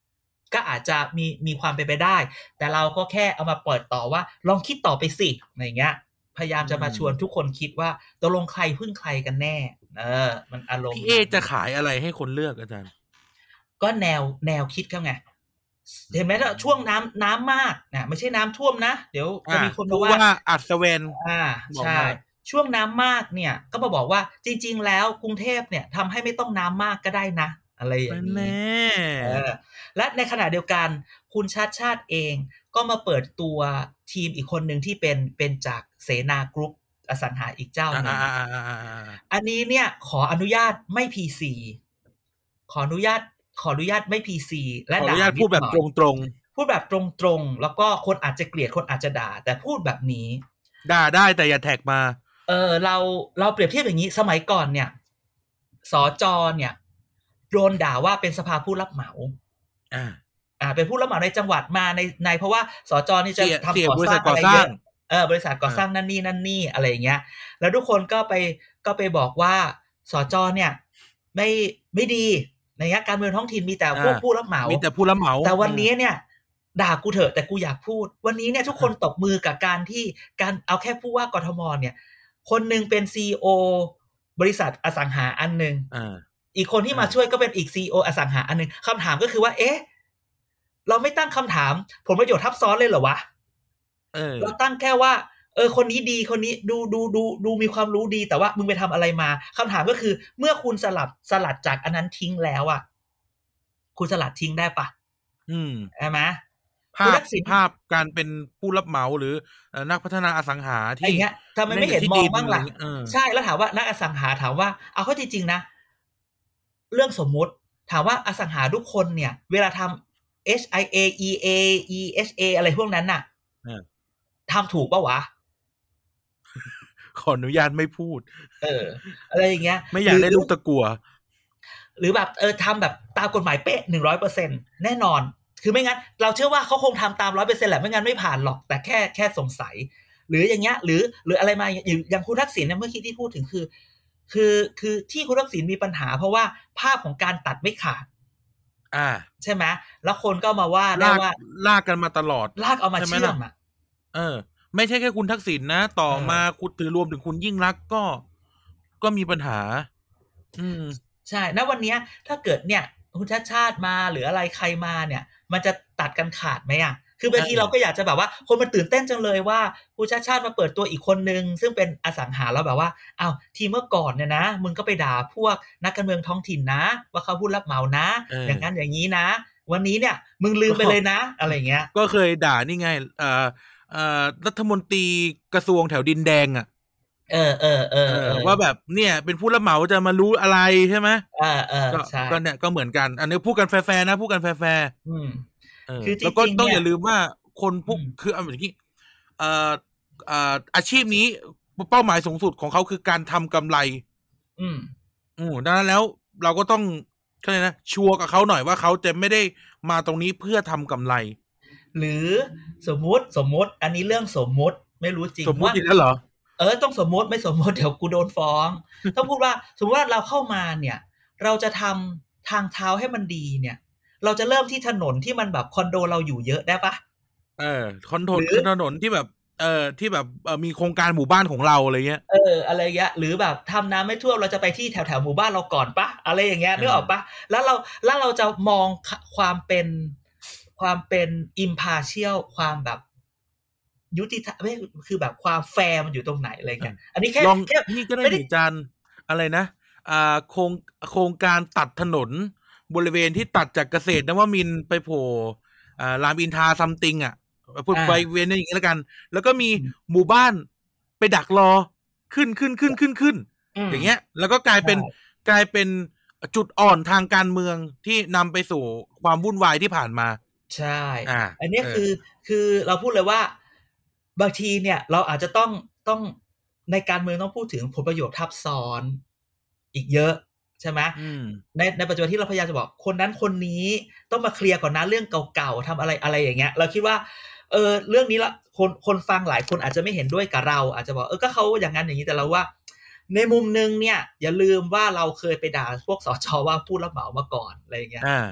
ก็อาจจะมีมีความเป็นไปได้แต่เราก็แค่เอามาเปิดต่อว่าลองคิดต่อไปสิอะไรเงี้ยพยายามจะมาชวนทุกคนคิดว่าตกลงใครพึ่งใครกันแน่เออมันอารมณ์พี่เอจะขายอะไรให้คนเลือกอาจารย์ก็แนวแนวคิดเขาไงเห็นไหมล่ะช่วงน้ำน้ำมากนะไม่ใช่น้ำท่วมนะเดี๋ยวจะมีคนบอกว่าอัศเวนอ่าใช่ช่วงน้ำมากเนี่ยก็มาบอกว่าจริงๆแล้วกรุงเทพเนี่ยทำให้ไม่ต้องน้ำมากก็ได้นะอะไรอย่างนี้เออและในขณะเดียวกันคุณชาติชาติเองก็มาเปิดตัวทีมอีกคนหนึ่งที่เป็นเป็นจากเสนากรุ๊ปอสังหาอีกเจ้าหนึ่งอันนี้เนี่ยขออนุญาตไม่ พี ซี ขออนุญาตขออนุญาตไม่ พี ซี และด่าพูดแบบตรงๆพูดแบบตรงๆแล้วก็คนอาจจะเกลียดคนอาจจะด่าแต่พูดแบบนี้ด่าได้แต่อย่าแท็กมาเออเราเราเปรียบเทียบอย่างนี้สมัยก่อนเนี่ยสจเนี่ยโดนด่าว่าเป็นสภาผู้รับเหมาอ่าอ่าเป็นผู้รับเหมาในจังหวัดมาในในเพราะว่าสจนี่จะทำก่อสร้างอะไรเยอะเออบริษัทก่อสร้างนั่นนี่นั่นนี่อะไรอย่างเงี้ยแล้วทุกคนก็ไปก็ไปบอกว่าสจเนี่ยไม่ไม่ดีในเงี้ยการเมืองท้องถิ่นมีแต่พวกผู้รับเหมามีแต่ผู้รับเหมาแต่วันนี้เนี่ยด่ากูเถอะแต่กูอยากพูดวันนี้เนี่ยทุกคนตบมือกับการที่การเอาแค่ผู้ว่ากทมเนี่ยคนนึงเป็น ซี อี โอ บริษัทอสังหาอันนึงอ่าอีกคนที่มาช่วยก็เป็นอีก ซี อี โอ อสังหาอันนึงคำถามก็คือว่าเอ๊ะเราไม่ตั้งคำถามผลประโยชน์ทับซ้อนเลยเหรอวะเออเราตั้งแค่ว่าเออคนนี้ดีคนนี้ดูดูดูดูมีความรู้ดีแต่ว่ามึงไปทำอะไรมาคำถามก็คือเมื่อคุณสลับสลัดจากอันนั้นทิ้งแล้วอ่ะคุณสลัดทิ้งได้ปะอืมใช่ไหมภาพภาพการเป็นผู้รับเหมาหรือนักพัฒนาอสังหาที่อย่างเงี้ยทำไมไม่เห็นมองบ้างล่ะใช่แล้วถามว่านักอสังหาถามว่าเอาเข้าจริงๆนะเรื่องสมมุติถามว่าอสังหาทุกคนเนี่ยเวลาทำ H I A E A E H A อะไรพวกนั้นน่ะทำถูกป่ะวะขออนุญาตไม่พูดเอออะไรอย่างเงี้ยไม่อยากได้ลูกตะกั่วหรือแบบเออทำแบบตามกฎหมายเป๊ะ หนึ่งร้อยเปอร์เซ็นต์ แน่นอนคือไม่งั้นเราเชื่อว่าเขาคงทำตาม ร้อยเปอร์เซ็นต์ แหละไม่งั้นไม่ผ่านหรอกแต่แค่แค่สงสัยหรืออย่างเงี้ยหรือหรืออะไรมาอย่างอย่างคุณทักษิณเนี่ยเมื่อกี้ที่พูดถึงคือคือคือที่คุณทักษิณมีปัญหาเพราะว่าภาพของการตัดไม่ขาดอ่าใช่ไหมแล้วคนก็มาว่าได้ว่าลากกันมาตลอดลากเอามาเชื่อมอ่ะเออไม่ใช่แค่คุณทักษิณนะต่อมาคุณถือรวมถึงคุณยิ่งรักก็ก็มีปัญหาอืมใช่ณวันนี้ถ้าเกิดเนี่ยคุณชาติชาติมาหรืออะไรใครมาเนี่ยมันจะตัดกันขาดไหมอ่ะคือบางทีเราก็อยากจะแบบว่าคนมันตื่นเต้นจังเลยว่าคุณชาติชาติมาเปิดตัวอีกคนนึงซึ่งเป็นอสังหาแล้วแบบว่าอ้าวทีเมื่อก่อนเนี่ยนะมึงก็ไปด่าพวกนักการเมืองท้องถิ่นนะว่าเขาพูดรับเหมานะอย่างนั้นอย่างนี้นะวันนี้เนี่ยมึงลืมไปเลยนะอะไรเงี้ยก็เคยด่านี่ไงเอ่อเอ่อรัฐมนตรีกระทรวงแถวดินแดงอ่ะเออเออเออว่าแบบเนี่ยเป็นผู้รับเหมาจะมารู้อะไรใช่ไหมเออเออใช่ก็เนี่ยก็เหมือนกันอันนี้พูดกันแฟร์ๆนะพูดกันแฟร์ๆอืมคือแล้วก็ต้องอย่าลืมว่าคนพวกคือเอาอย่างนี้เอ่อเอ่ออาชีพนี้เป้าหมายสูงสุดของเขาคือการทำกำไรอืมอืมดังนั้นแล้วเราก็ต้องเขาเรียกนะชัวร์กับเขาหน่อยว่าเขาจะไม่ได้มาตรงนี้เพื่อทำกำไรหรือสมมุติสมมุติอันนี้เรื่องสมมุติไม่รู้จริงสมมุติอีกแล้วเหรอเออต้องสมมุติไม่สมมุติเดี๋ยวกูโดนฟ้องต้องพูดว่าสมมติว่าเราเข้ามาเนี่ยเราจะทำทางเท้าให้มันดีเนี่ยเราจะเริ่มที่ถนนที่มันแบบคอนโดเราอยู่เยอะได้ปะเออคอนโดถนนที่แบบเอ่อที่แบบเอ่อมีโครงการหมู่บ้านของเราอะไรเงี้ยเอออะไรเงี้ยหรือแบบทำน้ำไม่ท่วมเราจะไปที่แถวแถวหมู่บ้านเราก่อนปะอะไรอย่างเงี้ยนึกออกปะแล้วเราแล้วเราจะมองความเป็นความเป็น impartial ความแบบยุติธรรมไม่คือแบบความแฟร์มันอยู่ตรงไหนอะไรเงี้ยอันนี้แค่แค่นี่ก็ได้ถึงจานอะไรนะอ่าโครงโครงการตัดถนนบริเวณที่ตัดจากเกษตรนวมินทร์ไปโผล่อ่ารามอินทราซัมติงอ่ะพูดไปเวียนอย่างนี้แล้วกันแล้วก็มีหมู่บ้านไปดักรอขึ้นขึ้นขึ้นขึ้นขึ้นอย่างเงี้ยแล้วก็กลายเป็นกลายเป็นจุดอ่อนทางการเมืองที่นำไปสู่ความวุ่นวายที่ผ่านมาใช่อ่าอันนี้คือคือเราพูดเลยว่าบางทีเนี่ยเราอาจจะต้องต้องในการเมืองต้องพูดถึงผลประโยชน์ทับซ้อนอีกเยอะใช่ไหมในในปัจจุบันที่เราพยายามจะบอกคนนั้นคนนี้ต้องมาเคลียร์ก่อนนะเรื่องเก่าๆทำอะไรอะไรอย่างเงี้ยเราคิดว่าเออเรื่องนี้ละคนคนฟังหลายคนอาจจะไม่เห็นด้วยกับเราอาจจะบอกเออก็เขาอย่างนั้นอย่างนี้แต่เราว่าในมุมนึงเนี่ยอย่าลืมว่าเราเคยไปด่าพวกสชว่าผู้รับเหมามาก่อนอะไรอย่างเงี้ย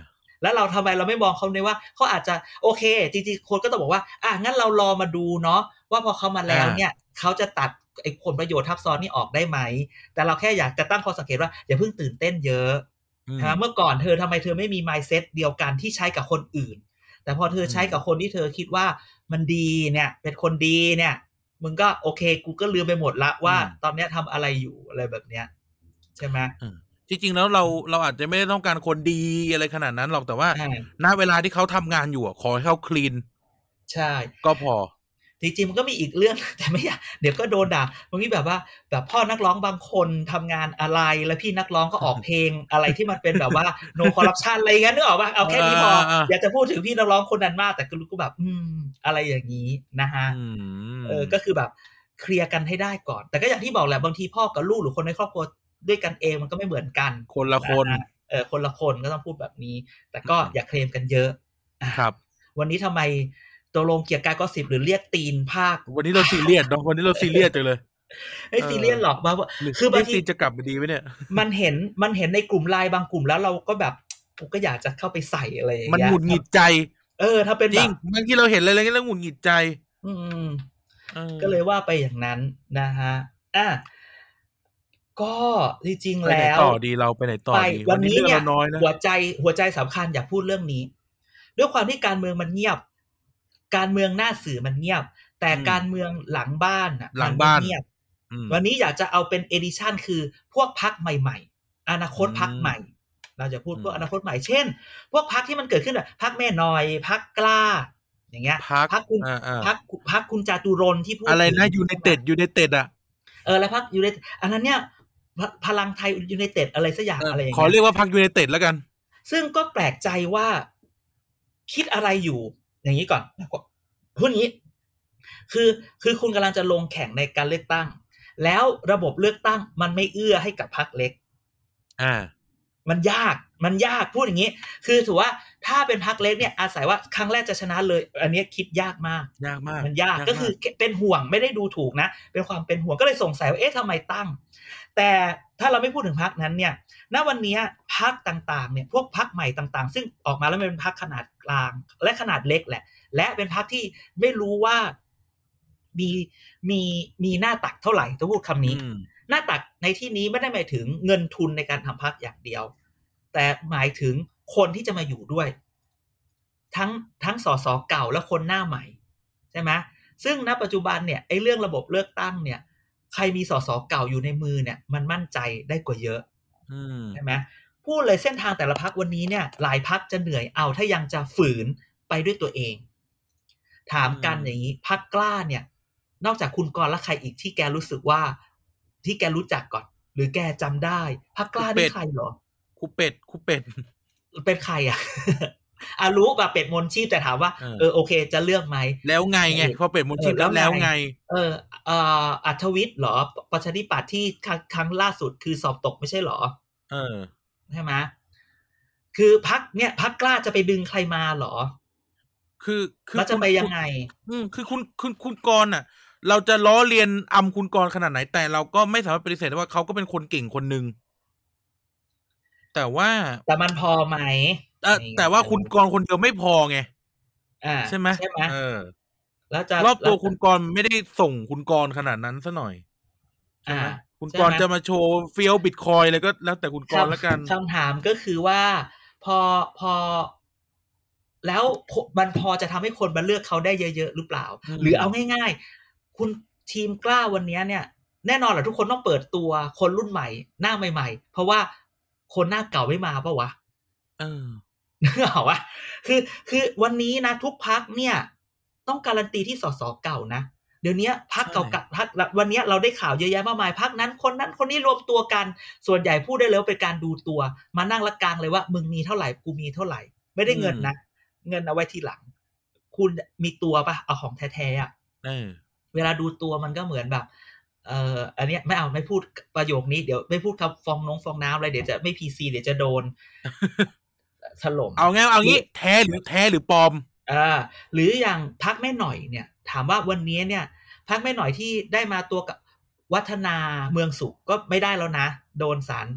แล้วเราทำไมเราไม่มองเขาในว่าเขาอาจจะโอเคจริงๆคนก็ต้องบอกว่าอ่ะงั้นเรารอมาดูเนาะว่าพอเขามาแล้วเนี่ยเขาจะตัดไอ้ผลประโยชน์ทับซ้อนนี่ออกได้ไหมแต่เราแค่อยากจะตั้งข้อสังเกตว่าอย่าเพิ่งตื่นเต้นเยอะนะเมื่อก่อนเธอทำไมเธอไม่มี mindset เดียวกันที่ใช้กับคนอื่นแต่พอเธอใช้กับคนที่เธอคิดว่ามันดีเนี่ยเป็นคนดีเนี่ยมึงก็โอเคกูก็ลืมไปหมดละว่าตอนนี้ทำอะไรอยู่อะไรแบบเนี้ยใช่ไหมจริงๆแล้วเราเราอาจจะไม่ได้ต้องการคนดีอะไรขนาดนั้นหรอกแต่ว่าณเวลาที่เขาทำงานอยู่ขอให้เขาคลีนใช่ก็พอจริงๆมันก็มีอีกเรื่องแต่ไม่อยากเดี๋ยวก็โดนด่ามันมีแบบว่าแบบพ่อนักร้องบางคนทำงานอะไรแล้วพี่นักร้องก็ออกเพลงอะไรที่มันเป็นแบบว่า no corruption อะไรอย่างนั้นนึกออกป่ะเอาแค่นี้พออยากจะพูดถึงพี่นักร้องคนนั้นมากแต่ก็รู้ก็แบบอืมอะไรอย่างนี้นะฮะเออก็คือแบบเคลียร์กันให้ได้ก่อนแต่ก็อย่างที่บอกแหละบางทีพ่อกับลูกหรือคนในครอบครัวด้วยกันเองมันก็ไม่เหมือนกันคนละคนเออคนละคนก็ต้องพูดแบบนี้แต่ก็อย่าเคลมกันเยอะครับวันนี้ทำไมตกลงเกียร์กายก็สิบหรือเรียกตีนภาควันนี้เราซีเรียสเนาะวันนี้เราซีเรียสจังเลยไอ้ซีเรียสหรอกว่าคือบางทีจะกลับมาดีไหมเนี่ยมันเห็นมันเห็นในกลุ่มไลน์บางกลุ่มแล้วเราก็แบบผมก็อยากจะเข้าไปใส่อะไรอย่างเงี้ยมันหงุดหงิดใจเออถ้าเป็นแบบบางทีเราเห็นอะไรๆแล้วหงุดหงิดใจอืมก็เลยว่าไปอย่างนั้นนะฮะอ่ะก็จริงๆแล้วต่อดีเราไปไหนต่อดีวันนี้เนี่ยหัวใจหัวใจสำคัญอยากพูดเรื่องนี้ด้วยความที่การเมืองมันเงียบการเมืองหน้าสื่อมันเงียบแต่การเมืองหลังบ้านอ่ะมันเงียบวันนี้อยากจะเอาเป็นเอดิชั่นคือพวกพรรคใหม่ๆอนาคตพรรคใหม่เราจะพูดพวกอนาคตใหม่เช่นพวกพรรคที่มันเกิดขึ้นอ่ะพรรคแม่น้อยพรรคกล้าอย่างเงี้ยพรรคคุณพรรคพรรคคุณจาตุรนต์ที่พูดอะไรนะยูไนเต็ดยูไนเต็ดอ่ะเออแล้วพรรคยูไนเต็ดอันนั้นเนี่ยพลังไทยยูไนเต็ดอะไรสักอย่างอะไรอย่างเงี้ยขอเรียกว่าพรรคยูไนเต็ดแล้วกันซึ่งก็แปลกใจว่าคิดอะไรอยู่อย่างนี้ก่อนพูดงี้คือคือคุณกำลังจะลงแข่งในการเลือกตั้งแล้วระบบเลือกตั้งมันไม่เอื้อให้กับพรรคเล็กอ่ามันยากมันยากพูดอย่างนี้คือถือว่าถ้าเป็นพรรคเล็กเนี่ยอาศัยว่าครั้งแรกจะชนะเลยอันนี้คิดยากมากยากมากมันยากก็คือเป็นห่วงไม่ได้ดูถูกนะเป็นความเป็นห่วงก็เลยสงสัยว่าเอ๊ะทำไมตั้งแต่ถ้าเราไม่พูดถึงพรรคนั้นเนี่ยณวันนี้พรรคต่างๆเนี่ยพวกพรรคใหม่ต่างๆซึ่งออกมาแล้วเป็นพรรคขนาดกลางและขนาดเล็กแหละและเป็นพรรคที่ไม่รู้ว่ามีมีมีหน้าตักเท่าไหร่จะพูดคำนี้หน้าตักในที่นี้ไม่ได้หมายถึงเงินทุนในการทำพรรคอย่างเดียวแต่หมายถึงคนที่จะมาอยู่ด้วยทั้งทั้งสสเก่าและคนหน้าใหม่ใช่ไหมซึ่งณปัจจุบันเนี่ยไอ้เรื่องระบบเลือกตั้งเนี่ยใครมีสสเก่าอยู่ในมือเนี่ยมันมั่นใจได้กว่าเยอะใช่ไหมพูดเลยเส้นทางแต่ละพรรควันนี้เนี่ยหลายพรรคจะเหนื่อยเอาถ้ายังจะฝืนไปด้วยตัวเองถามกันอย่างนี้พรรคกล้าเนี่ยนอกจากคุณกรณ์และใครอีกที่แกรู้สึกว่าที่แกรู้จักก่อนหรือแกจำได้พรรคกล้านี่ใครเหรอครูเป็ดครูเป็ดเป็นใครอ่ะอารู้แบบเป็ดมนชีพแต่ถามว่าเออโอเคจะเลือกไหมแล้วไงไงพอเป็ดมนชีพแล้วแล้วไงเออเอ่ออัธวิทย์เหรอประชาธิปัตย์ที่ครั้งล่าสุดคือสอบตกไม่ใช่เหรอเออใช่ไหมคือพรรคเนี่ยพรรคกล้าจะไปดึงใครมาเหรอคือคือจะไปยังไงอืมคือคุณคุณคุณกรณ์อ่ะเราจะล้อเลียนอำคุณกรณ์ขนาดไหนแต่เราก็ไม่สามารถปฏิเสธได้ว่าเขาก็เป็นคนเก่งคนนึงแต่ว่าแต่มันพอไหมแต่ว่าคุณกรณ์คนเดียวไม่พอไงอ่าใช่ไหมใช่ไหมเออแล้วจะรอบตัวคุณกรณ์ไม่ได้ส่งคุณกรณ์ขนาดนั้นซะหน่อยใช่ไหมคุณกรณ์จะมาโชว์เฟี้ยวบิตคอยเลยก็แล้วแต่คุณกรณ์แล้วกันคำถามก็คือว่าพอพอแล้วมันพอจะทำให้คนมาเลือกเขาได้เยอะๆหรือเปล่าหรือเอาง่ายๆคุณทีมกล้าวันนี้เนี่ยแน่นอนแหละทุกคนต้องเปิดตัวคนรุ่นใหม่หน้าใหม่ๆเพราะว่าคนหน้าเก่าไม่มาป่ะวะเออเหรอวะคือคือวันนี้นะทุกพรรคเนี่ยต้องการันตีที่สสเก่านะเดี๋ยวนี้พรรคเก่ากับพรรควันนี้เราได้ข่าวเยอะแยะมากมายพรรคนั้นคนนั้นคนนี้รวมตัวกันส่วนใหญ่พูดได้เลยว่าเป็นการดูตัวมานั่งละกลางเลยว่ามึงมีเท่าไหร่กูมีเท่าไหร่ไม่ได้เงินนะเงินเอาไว้ทีหลังคุณมีตัวป่ะเอาของแท้ๆอ่ะเวลาดูตัวมันก็เหมือนแบบเอ่ออันนี้ไม่เอาไม่พูดประโยคนี้เดี๋ยวไม่พูดคำฟองน้องฟองน้ำอะไรเดี๋ยวจะไม่ พี ซี เดี๋ยวจะโดนถล่มเอาไงเอางี้แท้หรือแท้หรือปลอมอ่าหรืออย่างพรรคแม่หน่อยเนี่ยถามว่าวันนี้เนี่ยพรรคแม่หน่อยที่ได้มาตัวกับวัฒนาเมืองสุขก็ไม่ได้แล้วนะโดนศาล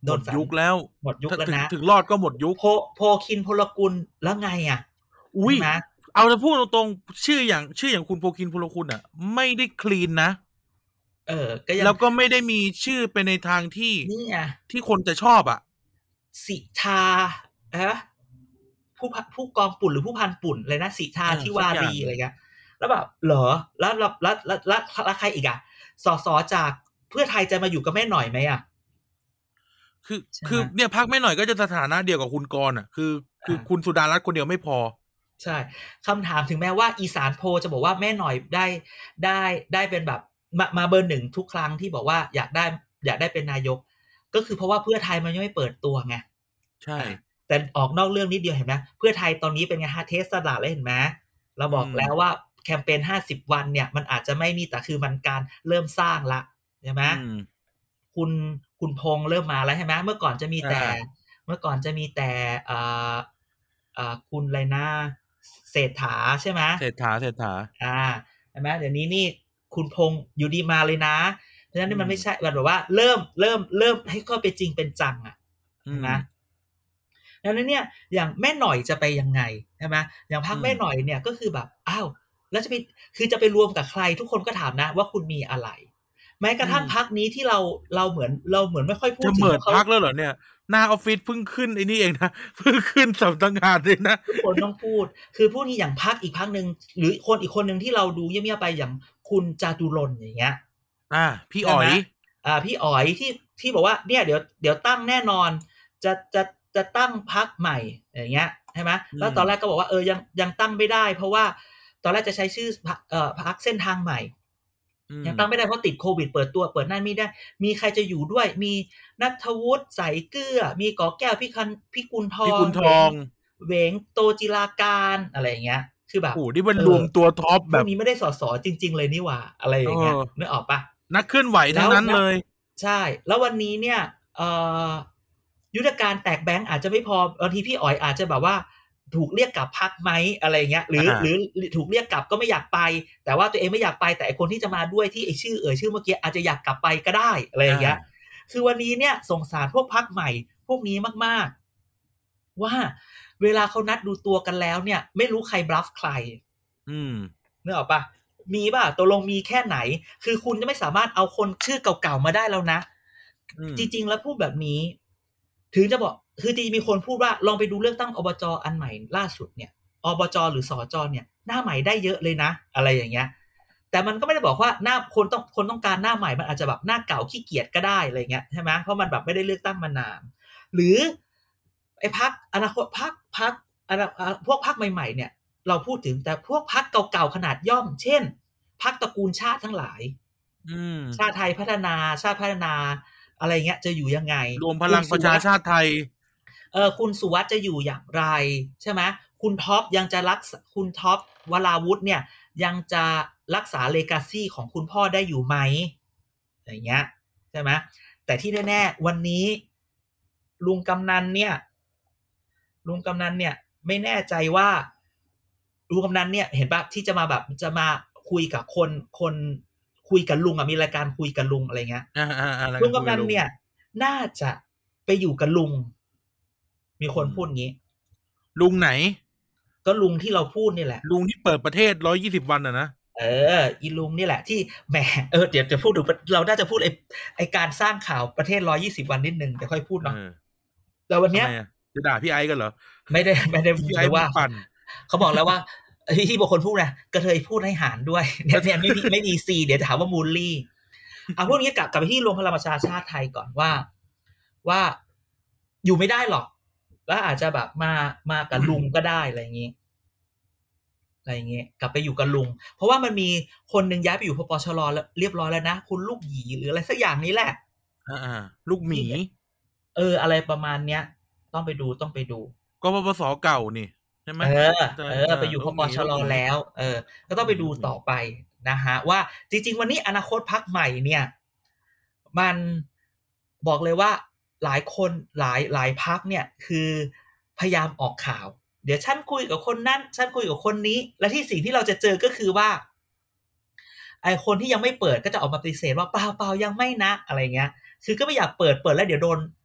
หมดยุคแล้วหมดยุคแล้วนะถึงรอดก็หมดยุคโพโพคินพลกุลแล้วไงอ่ะอุ้ยเอาจะพูดตรงๆชื่ออย่างชื่ออย่างคุณโพคินพลกุลอ่ะไม่ได้คลีนนะเออก็ยังแล้วก็ไม่ได้มีชื่อไปในทางที่นี่ไงที่คนจะชอบอ่ะสิทาเอ๊ะผู้ผู้กองปุ่นหรือผู้พันปุ่นเลยนะสิทาทิวารีอะไรเงี้ยแล้วแบบเหรอแล้วแล้วแล้วแล้วแล้วใครอีกอ่ะสสจากเพื่อไทยจะมาอยู่กับแม่หน่อยไหมอ่ะคือคือเนี่ยพักแม่หน่อยก็จะสถานะเดียวกับคุณกรณ์อ่ะคือคือคุณสุดารัตน์คนเดียวไม่พอใช่คำถามถึงแม้ว่าอีสานโพจะบอกว่าแม่หน่อยได้ได้ได้เป็นแบบมามาเบอร์หนึ่งทุกครั้งที่บอกว่าอยากได้อยากได้เป็นนายกก็คือเพราะว่าเพื่อไทยมันยังไม่เปิดตัวไงใช่แต่ออกนอกเรื่องนิดเดียวเห็นไหมเพื่อไทยตอนนี้เป็นไงฮะเทสตลาดแล้วเห็นไหมเราบอกแล้วว่าแคมเปญห้าสิบวันเนี่ยมันอาจจะไม่มีแต่คือมันการเริ่มสร้างละใช่ไหมคุณคุณพงษ์เริ่มมาแล้วใช่ไหมเมื่อก่อนจะมีแต่เมื่อก่อนจะมีแต่อ่าอ่าคุณอะไรนะเศรษฐาใช่ไหมเศรษฐาเศรษฐาอ่าใช่ไหมเดี๋ยวนี้นี่คุณพงษ์อยู่ดีมาเลยนะเพราะฉะนั้นนี่มันไม่ใช่แบบว่าเริ่มเริ่มเริ่มให้เข้าไปจริงเป็นจังอ่ะนะดังนั้นเนี่ยอย่างแม่หน่อยจะไปยังไงใช่ไหมอย่างพรรคแม่หน่อยเนี่ยก็คือแบบอ้าวแล้วจะไปคือจะไปรวมกับใครทุกคนก็ถามนะว่าคุณมีอะไรแม้กระทั่งพรรคนี้ที่เราเราเหมือนเราเหมือนไม่ค่อยพูดถึงจะเหมือนพรรคแล้วเหรอเนี่ยหน้าออฟฟิศเพิ่งขึ้นไอ้นี่เองนะเพิ่งขึ้นสำนักงานเลยนะทุกคนต้องพูดคือพูดที่อย่างพรรคอีกพรรคนึงหรือคนอีกคนนึงที่เราดูเงียบๆไปอย่างคุณจาตุรนต์อย่างเงี้ยอ่าพี่อ๋อยอ่าพี่อ๋อยที่ที่บอกว่าเนี่ยเดี๋ยวเดี๋ยวตั้งแน่นอนจะจะจะตั้งพรรคใหม่อย่างเงี้ยใช่ไหมแล้วตอนแรกก็บอกว่าเออยังยังตั้งไม่ได้เพราะว่าตอนแรกจะใช้ชื่อเอ่อพรรคเส้นทางใหม่ยังตั้งไม่ได้เพราะติดโควิดเปิดตัวเปิดนั่นไม่ได้มีใครจะอยู่ด้วยมีณัฐวุฒิใสเกลือมีกอแก้วพี่คันพี่กุลทองพี่กุลทองเหวงโตจิราการอะไรอย่างเงี้ยคือแบบโอ้นี่มันรวมตัวท็อปแบบนี้ไม่ได้สอสอจริงๆเลยนี่หว่าอะไรอย่างเงี้ยนึกออกปะนักเคลื่อนไหวทั้งนั้นเลยใช่แล้ววันนี้เนี่ยเอ่อยุทธการแตกแบงค์อาจจะไม่พอบางทีพี่อ๋อยอาจจะแบบว่าถูกเรียกกลับพักไหมอะไรเงี้ยหรือหรือถูกเรียกกลับก็ไม่อยากไปแต่ว่าตัวเองไม่อยากไปแต่คนที่จะมาด้วยที่ไอชื่อเอ่ยชื่อเมื่อกี้อาจจะอยากกลับไปก็ได้อะไรอย่างเงี้ยคือวันนี้เนี่ยสงสารพวกพักใหม่พวกนี้มากๆว่าเวลาเขานัดดูตัวกันแล้วเนี่ยไม่รู้ใครบลัฟใครอืมนึกออกปะมีป่ะตกลงมีแค่ไหนคือคุณจะไม่สามารถเอาคนชื่อเก่าๆมาได้แล้วนะจริงๆแล้วพูดแบบนี้ถึงจะบอกคือจริงมีคนพูดว่าลองไปดูเลือกตั้งอบจ.อันใหม่ล่าสุดเนี่ยอบจ.หรือสจ.เนี่ยหน้าใหม่ได้เยอะเลยนะอะไรอย่างเงี้ยแต่มันก็ไม่ได้บอกว่าหน้าคนต้องคนต้องการหน้าใหม่มันอาจจะแบบหน้าเก่าขี้เกียจก็ได้อะไรเงี้ยใช่ไหมเพราะมันแบบไม่ได้เลือกตั้งมานานหรือไอ้พรรคอนาคตพรรคพรรคพวกพรรคใหม่ๆเนี่ยเราพูดถึงแต่พวกพรรคเก่าๆขนาดย่อมเช่นพรรคตระกูลชาติทั้งหลายชาติไทยพัฒนาชาติพัฒนาอะไรเงี้ยจะอยู่ยังไงรวมพลังประชาชาติไทยเออคุณสุวัสดิ์จะอยู่อย่างไรใช่ไหมคุณท็อปยังจะรักคุณท็อปวราวุธเนี่ยยังจะรักษาเลกาซี่ของคุณพ่อได้อยู่ไหมอย่างเงี้ยใช่ไหมแต่ที่แน่ๆวันนี้ลุงกำนันเนี่ยลุงกำนันเนี่ยไม่แน่ใจว่าลุงกำนันเนี่ยเห็นปะที่จะมาแบบจะมาคุยกับคนคนคุยกับลุงอ่ะมีรายการคุยกับลุงอะไรเงี้ยลุงกำนันเนี่ยน่าจะไปอยู่กับลุงมีคนพูดงี้ลุงไหนก็ลุงที่เราพูดนี่แหละลุงที่เปิดประเทศหนึ่งร้อยยี่สิบวันอ่ะนะเอออีลุงนี่แหละที่แหมเออเดี๋ยวจะพูดถึงเราน่าจะพูดไอ้ไอ้การสร้างข่าวประเทศหนึ่งร้อยยี่สิบวันนิดนึงเดี๋ยวค่อยพูดเนาะแล้ววันเนี้ยจะด่าพี่ไอ้กันเหรอไม่ได้ไม่ได้พี่ไอ้ว่าเขาบอกแล้วว่าที่บางคนพูดนะกระเทยพูดให้หารด้วยเนี่ยเนี่ยไม่มีไม่มีซีเดี๋ยวจะถามว่ามูลลี่อ่ะพวกนี้กลับกลับไปที่รวมพลังประชาชาติไทยก่อนว่าว่าอยู่ไม่ได้หรอกแล้วอาจจะแบบมามากับลุงก็ได้อะไรอย่างงี้อะไรอย่างเงี้ยกลับไปอยู่กับลุงเพราะว่ามันมีคนนึงย้ายไปอยู่พปชรแล้วเรียบร้อยแล้วนะคุณลูกหยีหรืออะไรสักอย่างนี้แหละอ่าๆลูกหมีเอออะไรประมาณเนี้ยต้องไปดูต้องไปดูก็ปปสเก่านี่ใช่ไหมเออเออไปอยู่พปชรแล้วเออก็ต้องไปดูต่อไปนะฮะว่าจริงๆวันนี้อนาคตพรรคใหม่เนี่ยมันบอกเลยว่าหลายคนหลายหลายพรรคเนี่ยคือพยายามออกข่าวเดี๋ยวฉันคุยกับคนนั้นฉันคุยกับคนนี้และที่สิ่งที่เราจะเจอก็คือว่าไอ้คนที่ยังไม่เปิดก็จะออกมาปฏิเสธว่าเปล่าๆยังไม่นะอะไรเงี้ยคือก็ไม่อยากเปิดเปิดแล้วเดี๋ยวโดน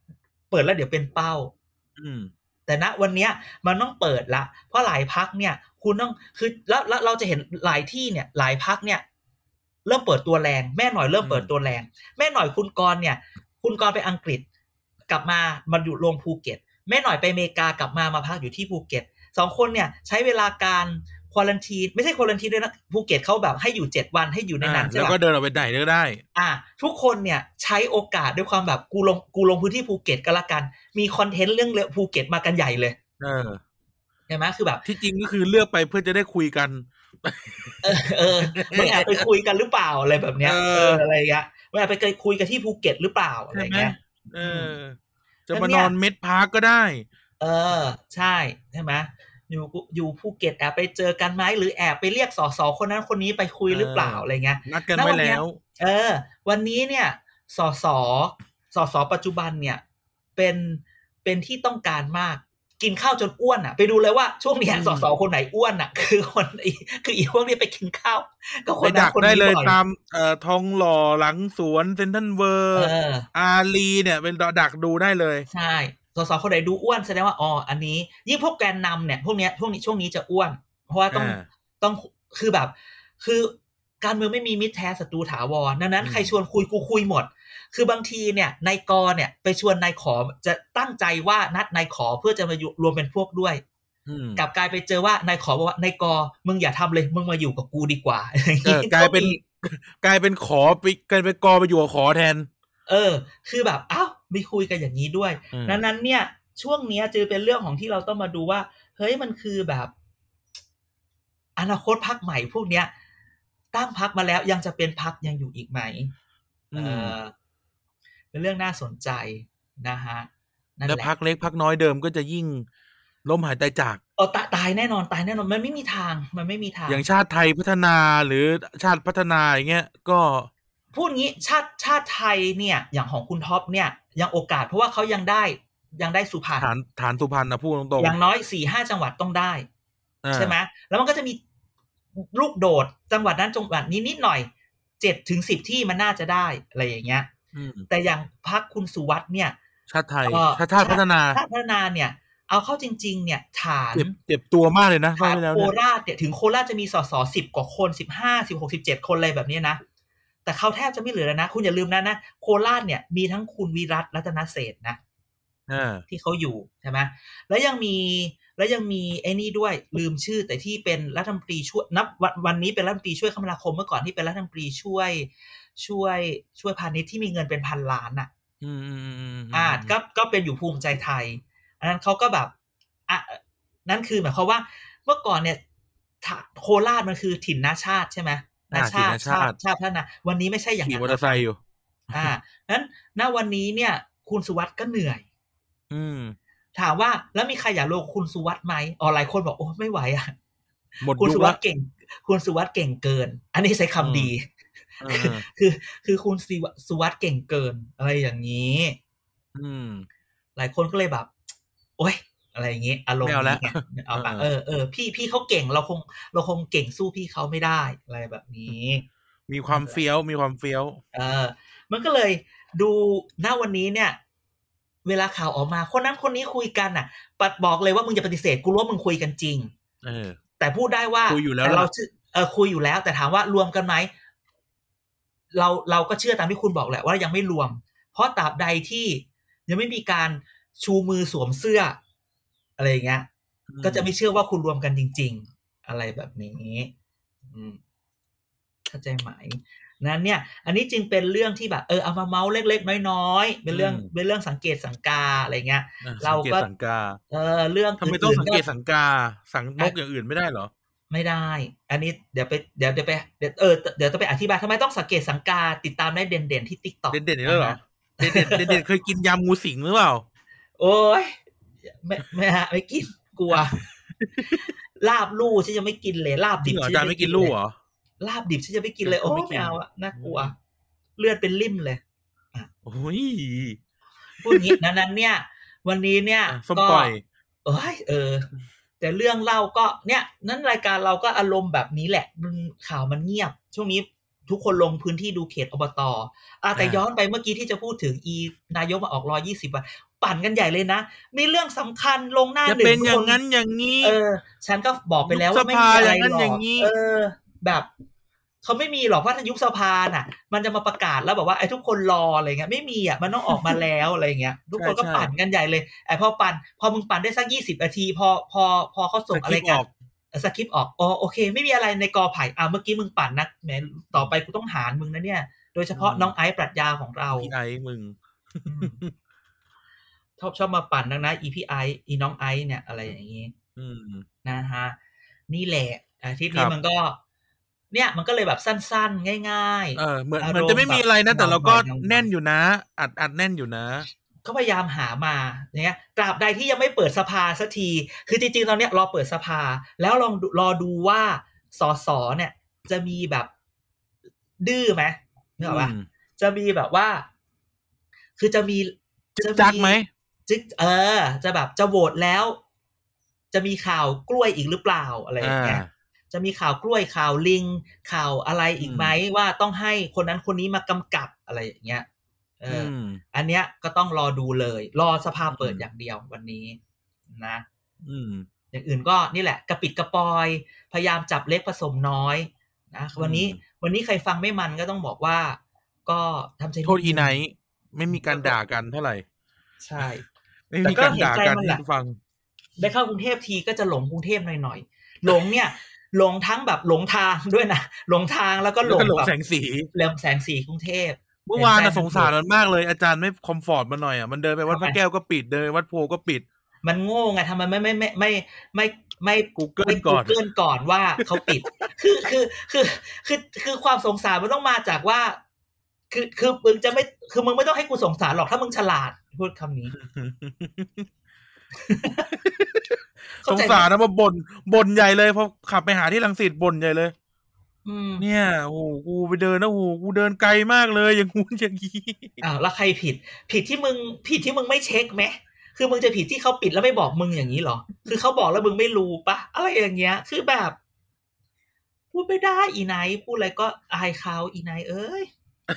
เปิดแล้วเดี๋ยวเป็นเป้าอืมแต่ณวันเนี้ยมันต้องเปิดละเพราะหลายพรรคเนี่ยคุณต้องคือแล้วแล้วเราจะเห็นหลายที่เนี่ยหลายพรรคเนี่ยเริ่มเปิดตัวแรงแม่หน่อยเริ่มเปิดตัวแรงแม่หน่อยคุณกรเนี่ยคุณกรไปอังกฤษกลับมามาอยู่ลงภูเก็ตแม่หน่อยไปอเมริกากลับมามาพักอยู่ที่ภูเก็ตสองคนเนี่ยใช้เวลาการควอรันทีนไม่ใช่ควอรันทีนด้วยนะภูเก็ตเขาแบบให้อยู่เจ็ดวันให้อยู่ในนั้นใช่ป่ะแล้วก็เดินออกไปไหนก็ได้อ่าทุกคนเนี่ยใช้โอกาสด้วยความแบบกูลงกูลงพื้นที่ภูเก็ตก็แล้วกันมีคอนเทนต์เรื่องภูเก็ตมากันใหญ่เลยเออใช่ไหมคือแบบที่จริงก็คือเลือกไปเพื่อจะได้คุยกันเออเออมึงแอบไปคุยกันหรือเปล่าอะไรแบบเนี้ยเอออะไรเงี้ยมึงแอบไปเคยคุยกันที่ภูเก็ตหรือเปล่าอะไรเงี้ยเออจะมานอนเม็ดพาร์คก็ได้เออใช่ใช่ไหมอยู่อยู่ภูเก็ตแอบไปเจอกันไหมหรือแอบไปเรียกสสคนนั้นคนนี้ไปคุยหรือเปล่าอะไรเงี้ยนัดกันไว้แล้วเออวันนี้เนี่ยสสสสปัจจุบันเนี่ยเป็นเป็นที่ต้องการมากกินข้าวจนอ้วนอ่ะไปดูเลยว่าช่วงนี้สสคนไหนอ้วนอ่ะคือคนคืออีพวกนี้ไปกินข้าวก็คนนั้นคนนี้ได้เลยตามเอ่อทองหล่อหลังสวนเซ็นทรัลเวิลด์อารีเนี่ยเป็นดักดูได้เลยใช่สสคนไหนดูอ้วนแสดงว่าอ๋ออันนี้ยิ่งพวกแกนนำเนี่ยพวกเนี้ยพวกนี้ช่วงนี้จะอ้วนเพราะว่าต้องต้องคือแบบคือการเมืองไม่มีมิตรแท้ศัตรูถาวรดังนั้นใครชวนคุยกูคุยหมดคือบางทีเนี่ยนายกเนี่ยไปชวนนายขอจะตั้งใจว่านัดนายขอเพื่อจะมารวมเป็นพวกด้วยกลับกลายไปเจอว่านายขอบอกว่านายกมึงอย่าทำเลยมึงมาอยู่กับกูดีกว่าเออกลายเป็นกลายเป็นขอไปกลายเป็นกอไปอยู่กับขอแทนเออคือแบบอ้าวไม่คุยกันอย่างนี้ด้วยดังนั้นเนี่ยช่วงนี้จะเป็นเรื่องของที่เราต้องมาดูว่าเฮ้ยมันคือแบบอนาคตพรรคใหม่พวกเนี้ยตั้งพรรคมาแล้วยังจะเป็นพรรคยังอยู่อีกไหมเออเป็นเรื่องน่าสนใจนะฮะแล้วพรรคเล็กพรรคน้อยเดิมก็จะยิ่งล้มหายตายจากเออตายแน่นอนตายแน่นอนมันไม่มีทางมันไม่มีทางอย่างชาติไทยพัฒนาหรือชาติพัฒนาอย่างเงี้ยก็พูดงี้ชาติชาติไทยเนี่ยอย่างของคุณท็อปเนี่ยยังโอกาสเพราะว่าเขายังได้ยังได้สุพรรณฐานฐานสุพรรณนะพูดตรงๆอย่างน้อย สี่ห้า จังหวัดต้องได้ใช่ไหมแล้วมันก็จะมีลูกโดดจังหวัดนั้นจังหวัดนี้นิดหน่อย เจ็ดถึงสิบ ที่มันน่าจะได้อะไรอย่างเงี้ยแต่อย่างพรรคคุณสุวัฒน์เนี่ยชาติไทยชาติชาติพัฒนาชาติพัฒนาเนี่ยเอาเข้าจริงๆเนี่ยฐานเจ็บเจ็บตัวมากเลยนะฐานโคราชเนี่ยถึงโคราชจะมีสสสิบกว่าคนสิบห้า สิบหก สิบเจ็ดคนอะไรแบบนี้นะแต่เขาแทบจะไม่เหลือแล้วนะคุณอย่าลืมนะนะโคราชเนี่ยมีทั้งคุณวิรัตรัตนเศรษฐ์นะที่เขาอยู่ใช่ไหมแล้วยังมีแล้วยังมีไอ้นี่ด้วยลืมชื่อแต่ที่เป็นรัฐมนตรีช่วยนับวันนี้เป็นรัฐมนตรีช่วยคมนาคมเมื่อก่อนที่เป็นรัฐมนตรีช่วยช่วยช่วยพาณิชย์ที่มีเงินเป็นพันล้านอ่ะอืมอ่าก็ก็เป็นอยู่ภูมิใจไทยอันนั้นเขาก็แบบอ่ะนั่นคือหมายความว่าเมื่อก่อนเนี่ยโคราชมันคือถิ่นนาชาติใช่ไหมนาชาติชาติชาติพัฒนาวันนี้ไม่ใช่อย่างนั้นขี่มอเตอร์ไซค์อยู่อ่านั้นณวันนี้เนี่ยคุณสุวัฒน์ก็เหนื่อยอืมถามว่าแล้วมีใครอยากลงคุณสุวัฒน์ไหมอ๋อหลายคนบอกโอ้ไม่ไหวอ่ะหมดคุณยุสุควัละฒน์เก่งคุณสุวัฒน์เก่งเกินอันนี้ใช้คำดีคือคือคือคุณสุวัฒน์เก่งเกินอะไรอย่างนี้อืมหลายคนก็เลยแบบโอ๊ยอะไรอย่างงี้อารมณ์นี้ไงเอาปะเออเออพี่พี่เขาเก่งเราคงเราคงเก่งสู้พี่เขาไม่ได้อะไรแบบนี้มีความเฟี้ยวมีความเฟี้ยวเออมันก็เลยดูณวันนี้เนี่ยเวลาข่าวออกมาคนนั้นคนนี้คุยกันน่ะปัดบอกเลยว่ามึงอย่าปฏิเสธกูรู้ว่ามึงคุยกันจริงเออแต่พูดได้ว่าคุยอยู่แล้วเราเออคุยอยู่แล้วแต่ถามว่ารวมกันไหมเราเราก็เชื่อตามที่คุณบอกแหละว่ายังไม่รวมเพราะตราบใดที่ยังไม่มีการชูมือสวมเสื้ออะไรอย่างเงี้ยก็จะไม่เชื่อว่าคุณรวมกันจริงๆอะไรแบบนี้อืมเข้าใจไหมนั้นเนี่ยอันนี้จึงเป็นเรื่องที่แบบเออเอามาเมาส์เล็กๆน้อยๆเป็นเรื่องเป็นเรื่องสังเกตสังกาอะไรเงี้ยเราก็สังกาเออเรื่องทำไมต้องสังเกตสังกาสังนกอย่างอื่นไม่ได้เหรอไม่ได้อันนี้เดี๋ยวไปเดี๋ยวเดี๋ยวไปเดี๋ยวเออเดี๋ยวต้องไปอธิบายทำไมต้องสังเกตสังกาติดตามได้เด่นๆที่ TikTok เด่นๆนี่เหรอเด่นๆเด่นๆเคยกินยำงูสิงหรือเปล่าโอ้ยไม่ไม่ฮะไม่กินกลัวลาบลู่ฉันจะไม่กินเลยลาบดิบฉันจะไม่กินลู่เหรอลาบดิบฉันจะไม่กินเลยโอ้ไม่เอาอ่ะน่ากลัวเลือดเป็นริ่มเลยโอ้ยพูดงี้นั้นเนี่ยวันนี้เนี่ยก็เอ้ยเออแต่เรื่องเล่าก็เนี่ยนั้นรายการเราก็อารมณ์แบบนี้แหละมันข่าวมันเงียบช่วงนี้ทุกคนลงพื้นที่ดูเขตอบต.อ่ะแต่ย้อนไปเมื่อกี้ที่จะพูดถึงอีนายกมาออกหนึ่งร้อยยี่สิบวันปั่นกันใหญ่เลยนะมีเรื่องสำคัญลงหน้าหนึ่งจะเป็นอย่างนั้นอย่างนี้เออฉันก็บอกไปแล้วว่าไม่มีอะไรหรอกเออแบบเขาไม่มีหรอกว่าถ้ายุบสภาน่ะมันจะมาประกาศแล้วบอกว่าไอ้ทุกคนรออะไรเงี้ยไม่มีอ่ะมันต้องออกมาแล้วอะไรเงี้ยทุกคนก็ปั่นกันใหญ่เลยไอ้พอปั่นพอมึงปั่นได้สักยี่สิบนาทีพอพอพอเขาส่งอะไรกันสคริปต์ออกอ๋อโอเคไม่มีอะไรในกอไผ่อ่ะเมื่อกี้มึงปั่นนะแหมต่อไปกูต้องหารมึงนะเนี่ยโดยเฉพาะน้องไอซ์ปรัชญาของเราพี่ไอซ์มึงชอบชอบมาปั่นนักนะอีพี่ไอซ์อีน้องไอซ์เนี่ยอะไรอย่างงี้นะฮะนี่แหละอาทิตย์นี้มันก็เนี่ยมันก็เลยแบบสั้นๆง่ายๆเออเหมือนเหมือนจะไม่มีอะไรนะแต่เราก็แน่นอยู่นะอัดอัดแน่นอยู่นะเขาพยายามหามาเนี่ยตราบใดที่ยังไม่เปิดสภาสักทีคือจริงๆตอนเนี้ยรอเปิดสภาแล้วลองรอดูว่าสสเนี่ยจะมีแบบดื้อไหมนึกออกป่ะจะมีแบบว่าคือจะมีจะจักไหมจึ๊กเออจะแบบจะโหวตแล้วจะมีข่าวกล้วยอีกหรือเปล่าอะไรอย่างเงี้ยจะมีข่าวกล้วยข่าวลิงข่าวอะไรอีกไหมว่าต้องให้คนนั้นคนนี้มากำกับอะไรอย่างเงี้ยเอออันเนี้ยก็ต้องรอดูเลยรอสภาเปิดอย่างเดียววันนี้นะอืมอย่างอื่นก็นี่แหละกระปิดกระปอยพยายามจับเล็กผสมน้อยนะวันนี้วันนี้ใครฟังไม่มันก็ต้องบอกว่าก็ทำใจโทษอีไนท์ไม่มีการด่ากันเท่าไหร่ใช่ไม่มีการด่ากันที่ฟังได้เข้ากรุงเทพทีก็จะหลงกรุงเทพหน่อยๆหลงเนี่ยหลงทั้งแบบหลงทางด้วยนะหลงทางแล้วก็หลงแบบแสงสีเรื่องแสงสีกรุงเทพเมื่อวานน่ะสงสารมันมากเลยอาจารย์ไม่คอมฟอร์ตมาหน่อยอ่ะมันเดินไปวัดพระแก้วก็ปิดเดินวัดโพก็ปิดมันโง่ไงทำไมไม่ไม่ไม่ไม่ไม่ไม่ Google ก่อน Google ก่อนว่าเขาปิดคือคือคือคือคือความสงสารมันต้องมาจากว่าคือคือมึงจะไม่คือมึงไม่ต้องให้กูสงสารหรอกถ้ามึงฉลาดพูดคำนี้สงสารนะมาบ่นบ่นใหญ่เลยพอขับไปหาที่รังสิตบ่นใหญ่เลยเนี่ยโอ้โหกูไปเดินนะโอ้โหกูเดินไกลมากเลยอย่างงู้นอย่างงี้อ้าวแล้วใครผิดผิดที่มึงผิดที่มึงไม่เช็คไหมคือมึงจะผิดที่เขาปิดแล้วไม่บอกมึงอย่างนี้เหรอคือเขาบอกแล้วมึงไม่รู้ปะอะไรอย่างเงี้ยคือแบบพูดไม่ได้อีไนท์พูดอะไรก็อายเขาอีไนท์เอ้ย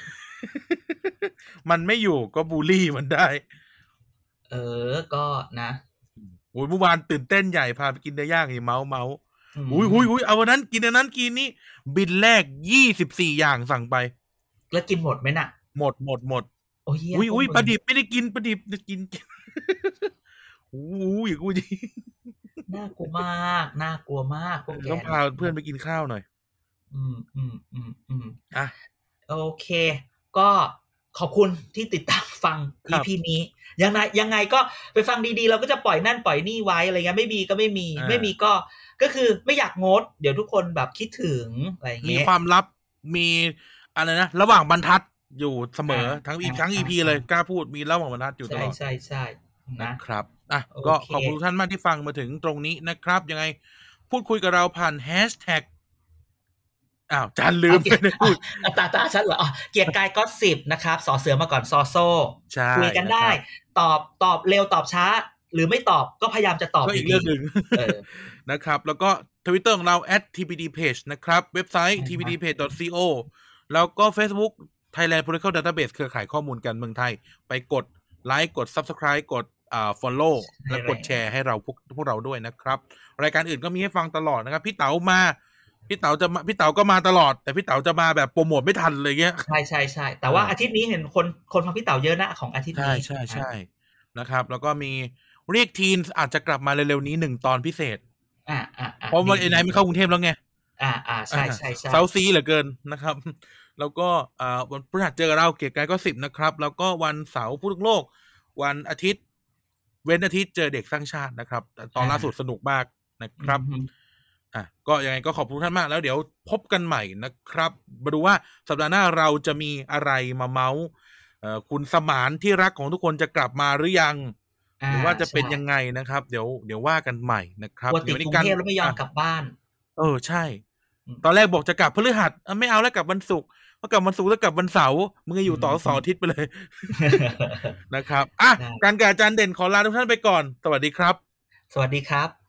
มันไม่อยู่ก็บูลลี่มันได้เออก็นะโอ้ยเมื่อวานตื่นเต้นใหญ่พาไปกินเนื้อย่างนี่เมาเมาอุ้ยอุ้ยอุ้ยเอาวันนั้นกินอันนั้นกินนี่บินแรกยี่สิบสี่อย่างสั่งไปแล้วกินหมดไหมน่ะหมดหมดหมดโอ้ยอุ้ยอุ้ยปลาดิบไม่ได้กินปลาดิบจะกินโอ้ยกูดิน่ากลัวมากน่ากลัวมากพวกแกต้องพาเพื่อนไปกินข้าวหน่อยอืมอืมอืมอืมอ่ะโอเคก็ขอบคุณที่ติดตามฟัง อี พี นี้ยังไงยังไงก็ไปฟังดีๆเราก็จะปล่อยนั่นปล่อยนี่ไว้อะไรเงี้ยไม่มีก็ไม่มีไม่มีก็ก็คือไม่อยากงดเดี๋ยวทุกคนแบบคิดถึงอะไรเงี้ยมีความลับมีอะไรนะระหว่างบรรทัดอยู่เสมอทั้งอีกทั้ง อี พี เลยกล้าพูดมีระหว่างบรรทัดอยู่ตลอดใช่ๆๆนะครับอ่ะก็ขอบคุณทุกท่านมากที่ฟังมาถึงตรงนี้นะครับยังไงพูดคุยกับเราผ่านแฮชแท็กอ้าวจันลืมไปเลยพูดตาตาฉันเหรอเกียรติกายก็สิบนะครับสอเสือมาก่อนซอโซ่คุยกันได้ตอบตอบเร็วตอบช้าหรือไม่ตอบก็พยายามจะตอบอีกเรื่องนึงนะครับแล้วก็ Twitter ของเรา แอท ที พี ดี เพจ นะครับเว็บไซต์ ที พี ดี เพจ ดอท ซี โอ แล้วก็ Facebook Thailand Political Database เครือข่ายข้อมูลการเมืองไทยไปกดไลค์กด Subscribe กดอ่า follow และกดแชร์ให้เราพวกพวกเราด้วยนะครับรายการอื่นก็มีให้ฟังตลอดนะครับพี่เต๋ามาพี่เต๋าจะมาพี่เต๋าก็มาตลอดแต่พี่เต๋าจะมาแบบโปรโมทไม่ทันเลยเงี้ยใช่ใช่ใช่แต่ว่าอาทิตย์นี้เห็นคนคนฟังพี่เต๋าเยอะนะของอาทิตย์นี้ใช่ใช่ใช่นะครับแล้วก็มีเรียกทีนอาจจะกลับมาเร็วๆนี้หนึ่งตอนพิเศษอ่าอ่าเพราะว่าไอ้นายไม่เข้ากรุงเทพแล้วไงอ่าอ่าใช่ใช่ใช่เซาซีเหลือเกินนะครับแล้วก็อ่าวันพฤหัสเจอเราเกียรติกายก็สิบนะครับแล้วก็วันเสาร์พูดถึงโลกวันอาทิตย์เว้นอาทิตย์เจอเด็กสร้างชาตินะครับตอนล่าสุดสนุกมากนะครับอ่ะก็ยังไงก็ขอบคุณท่านมากแล้วเดี๋ยวพบกันใหม่นะครับมาดูว่าสัปดาห์หน้าเราจะมีอะไรมาเมาส์เอ่อคุณสมานที่รักของทุกคนจะกลับมาหรือยังหรือว่าจะเป็นยังไงนะครับเดี๋ยวเดี๋ยวว่ากันใหม่นะครับเดี๋ยวนี้กรุงเทพแล้วไม่ยอมกลับบ้านเออใช่ตอนแรกบอกจะกลับพฤหัสไม่เอาแล้วกลับวันศุกร์พอกลับวันศุกร์แล้วกลับวันเสาร์มึงก็อยู่ต่อเสาร์อาทิตย์ไปเลยนะครับอ่ะการกับอาจารย์เด่นขอลาทุกท่านไปก่อนสวัสดีครับสวัสดีครับ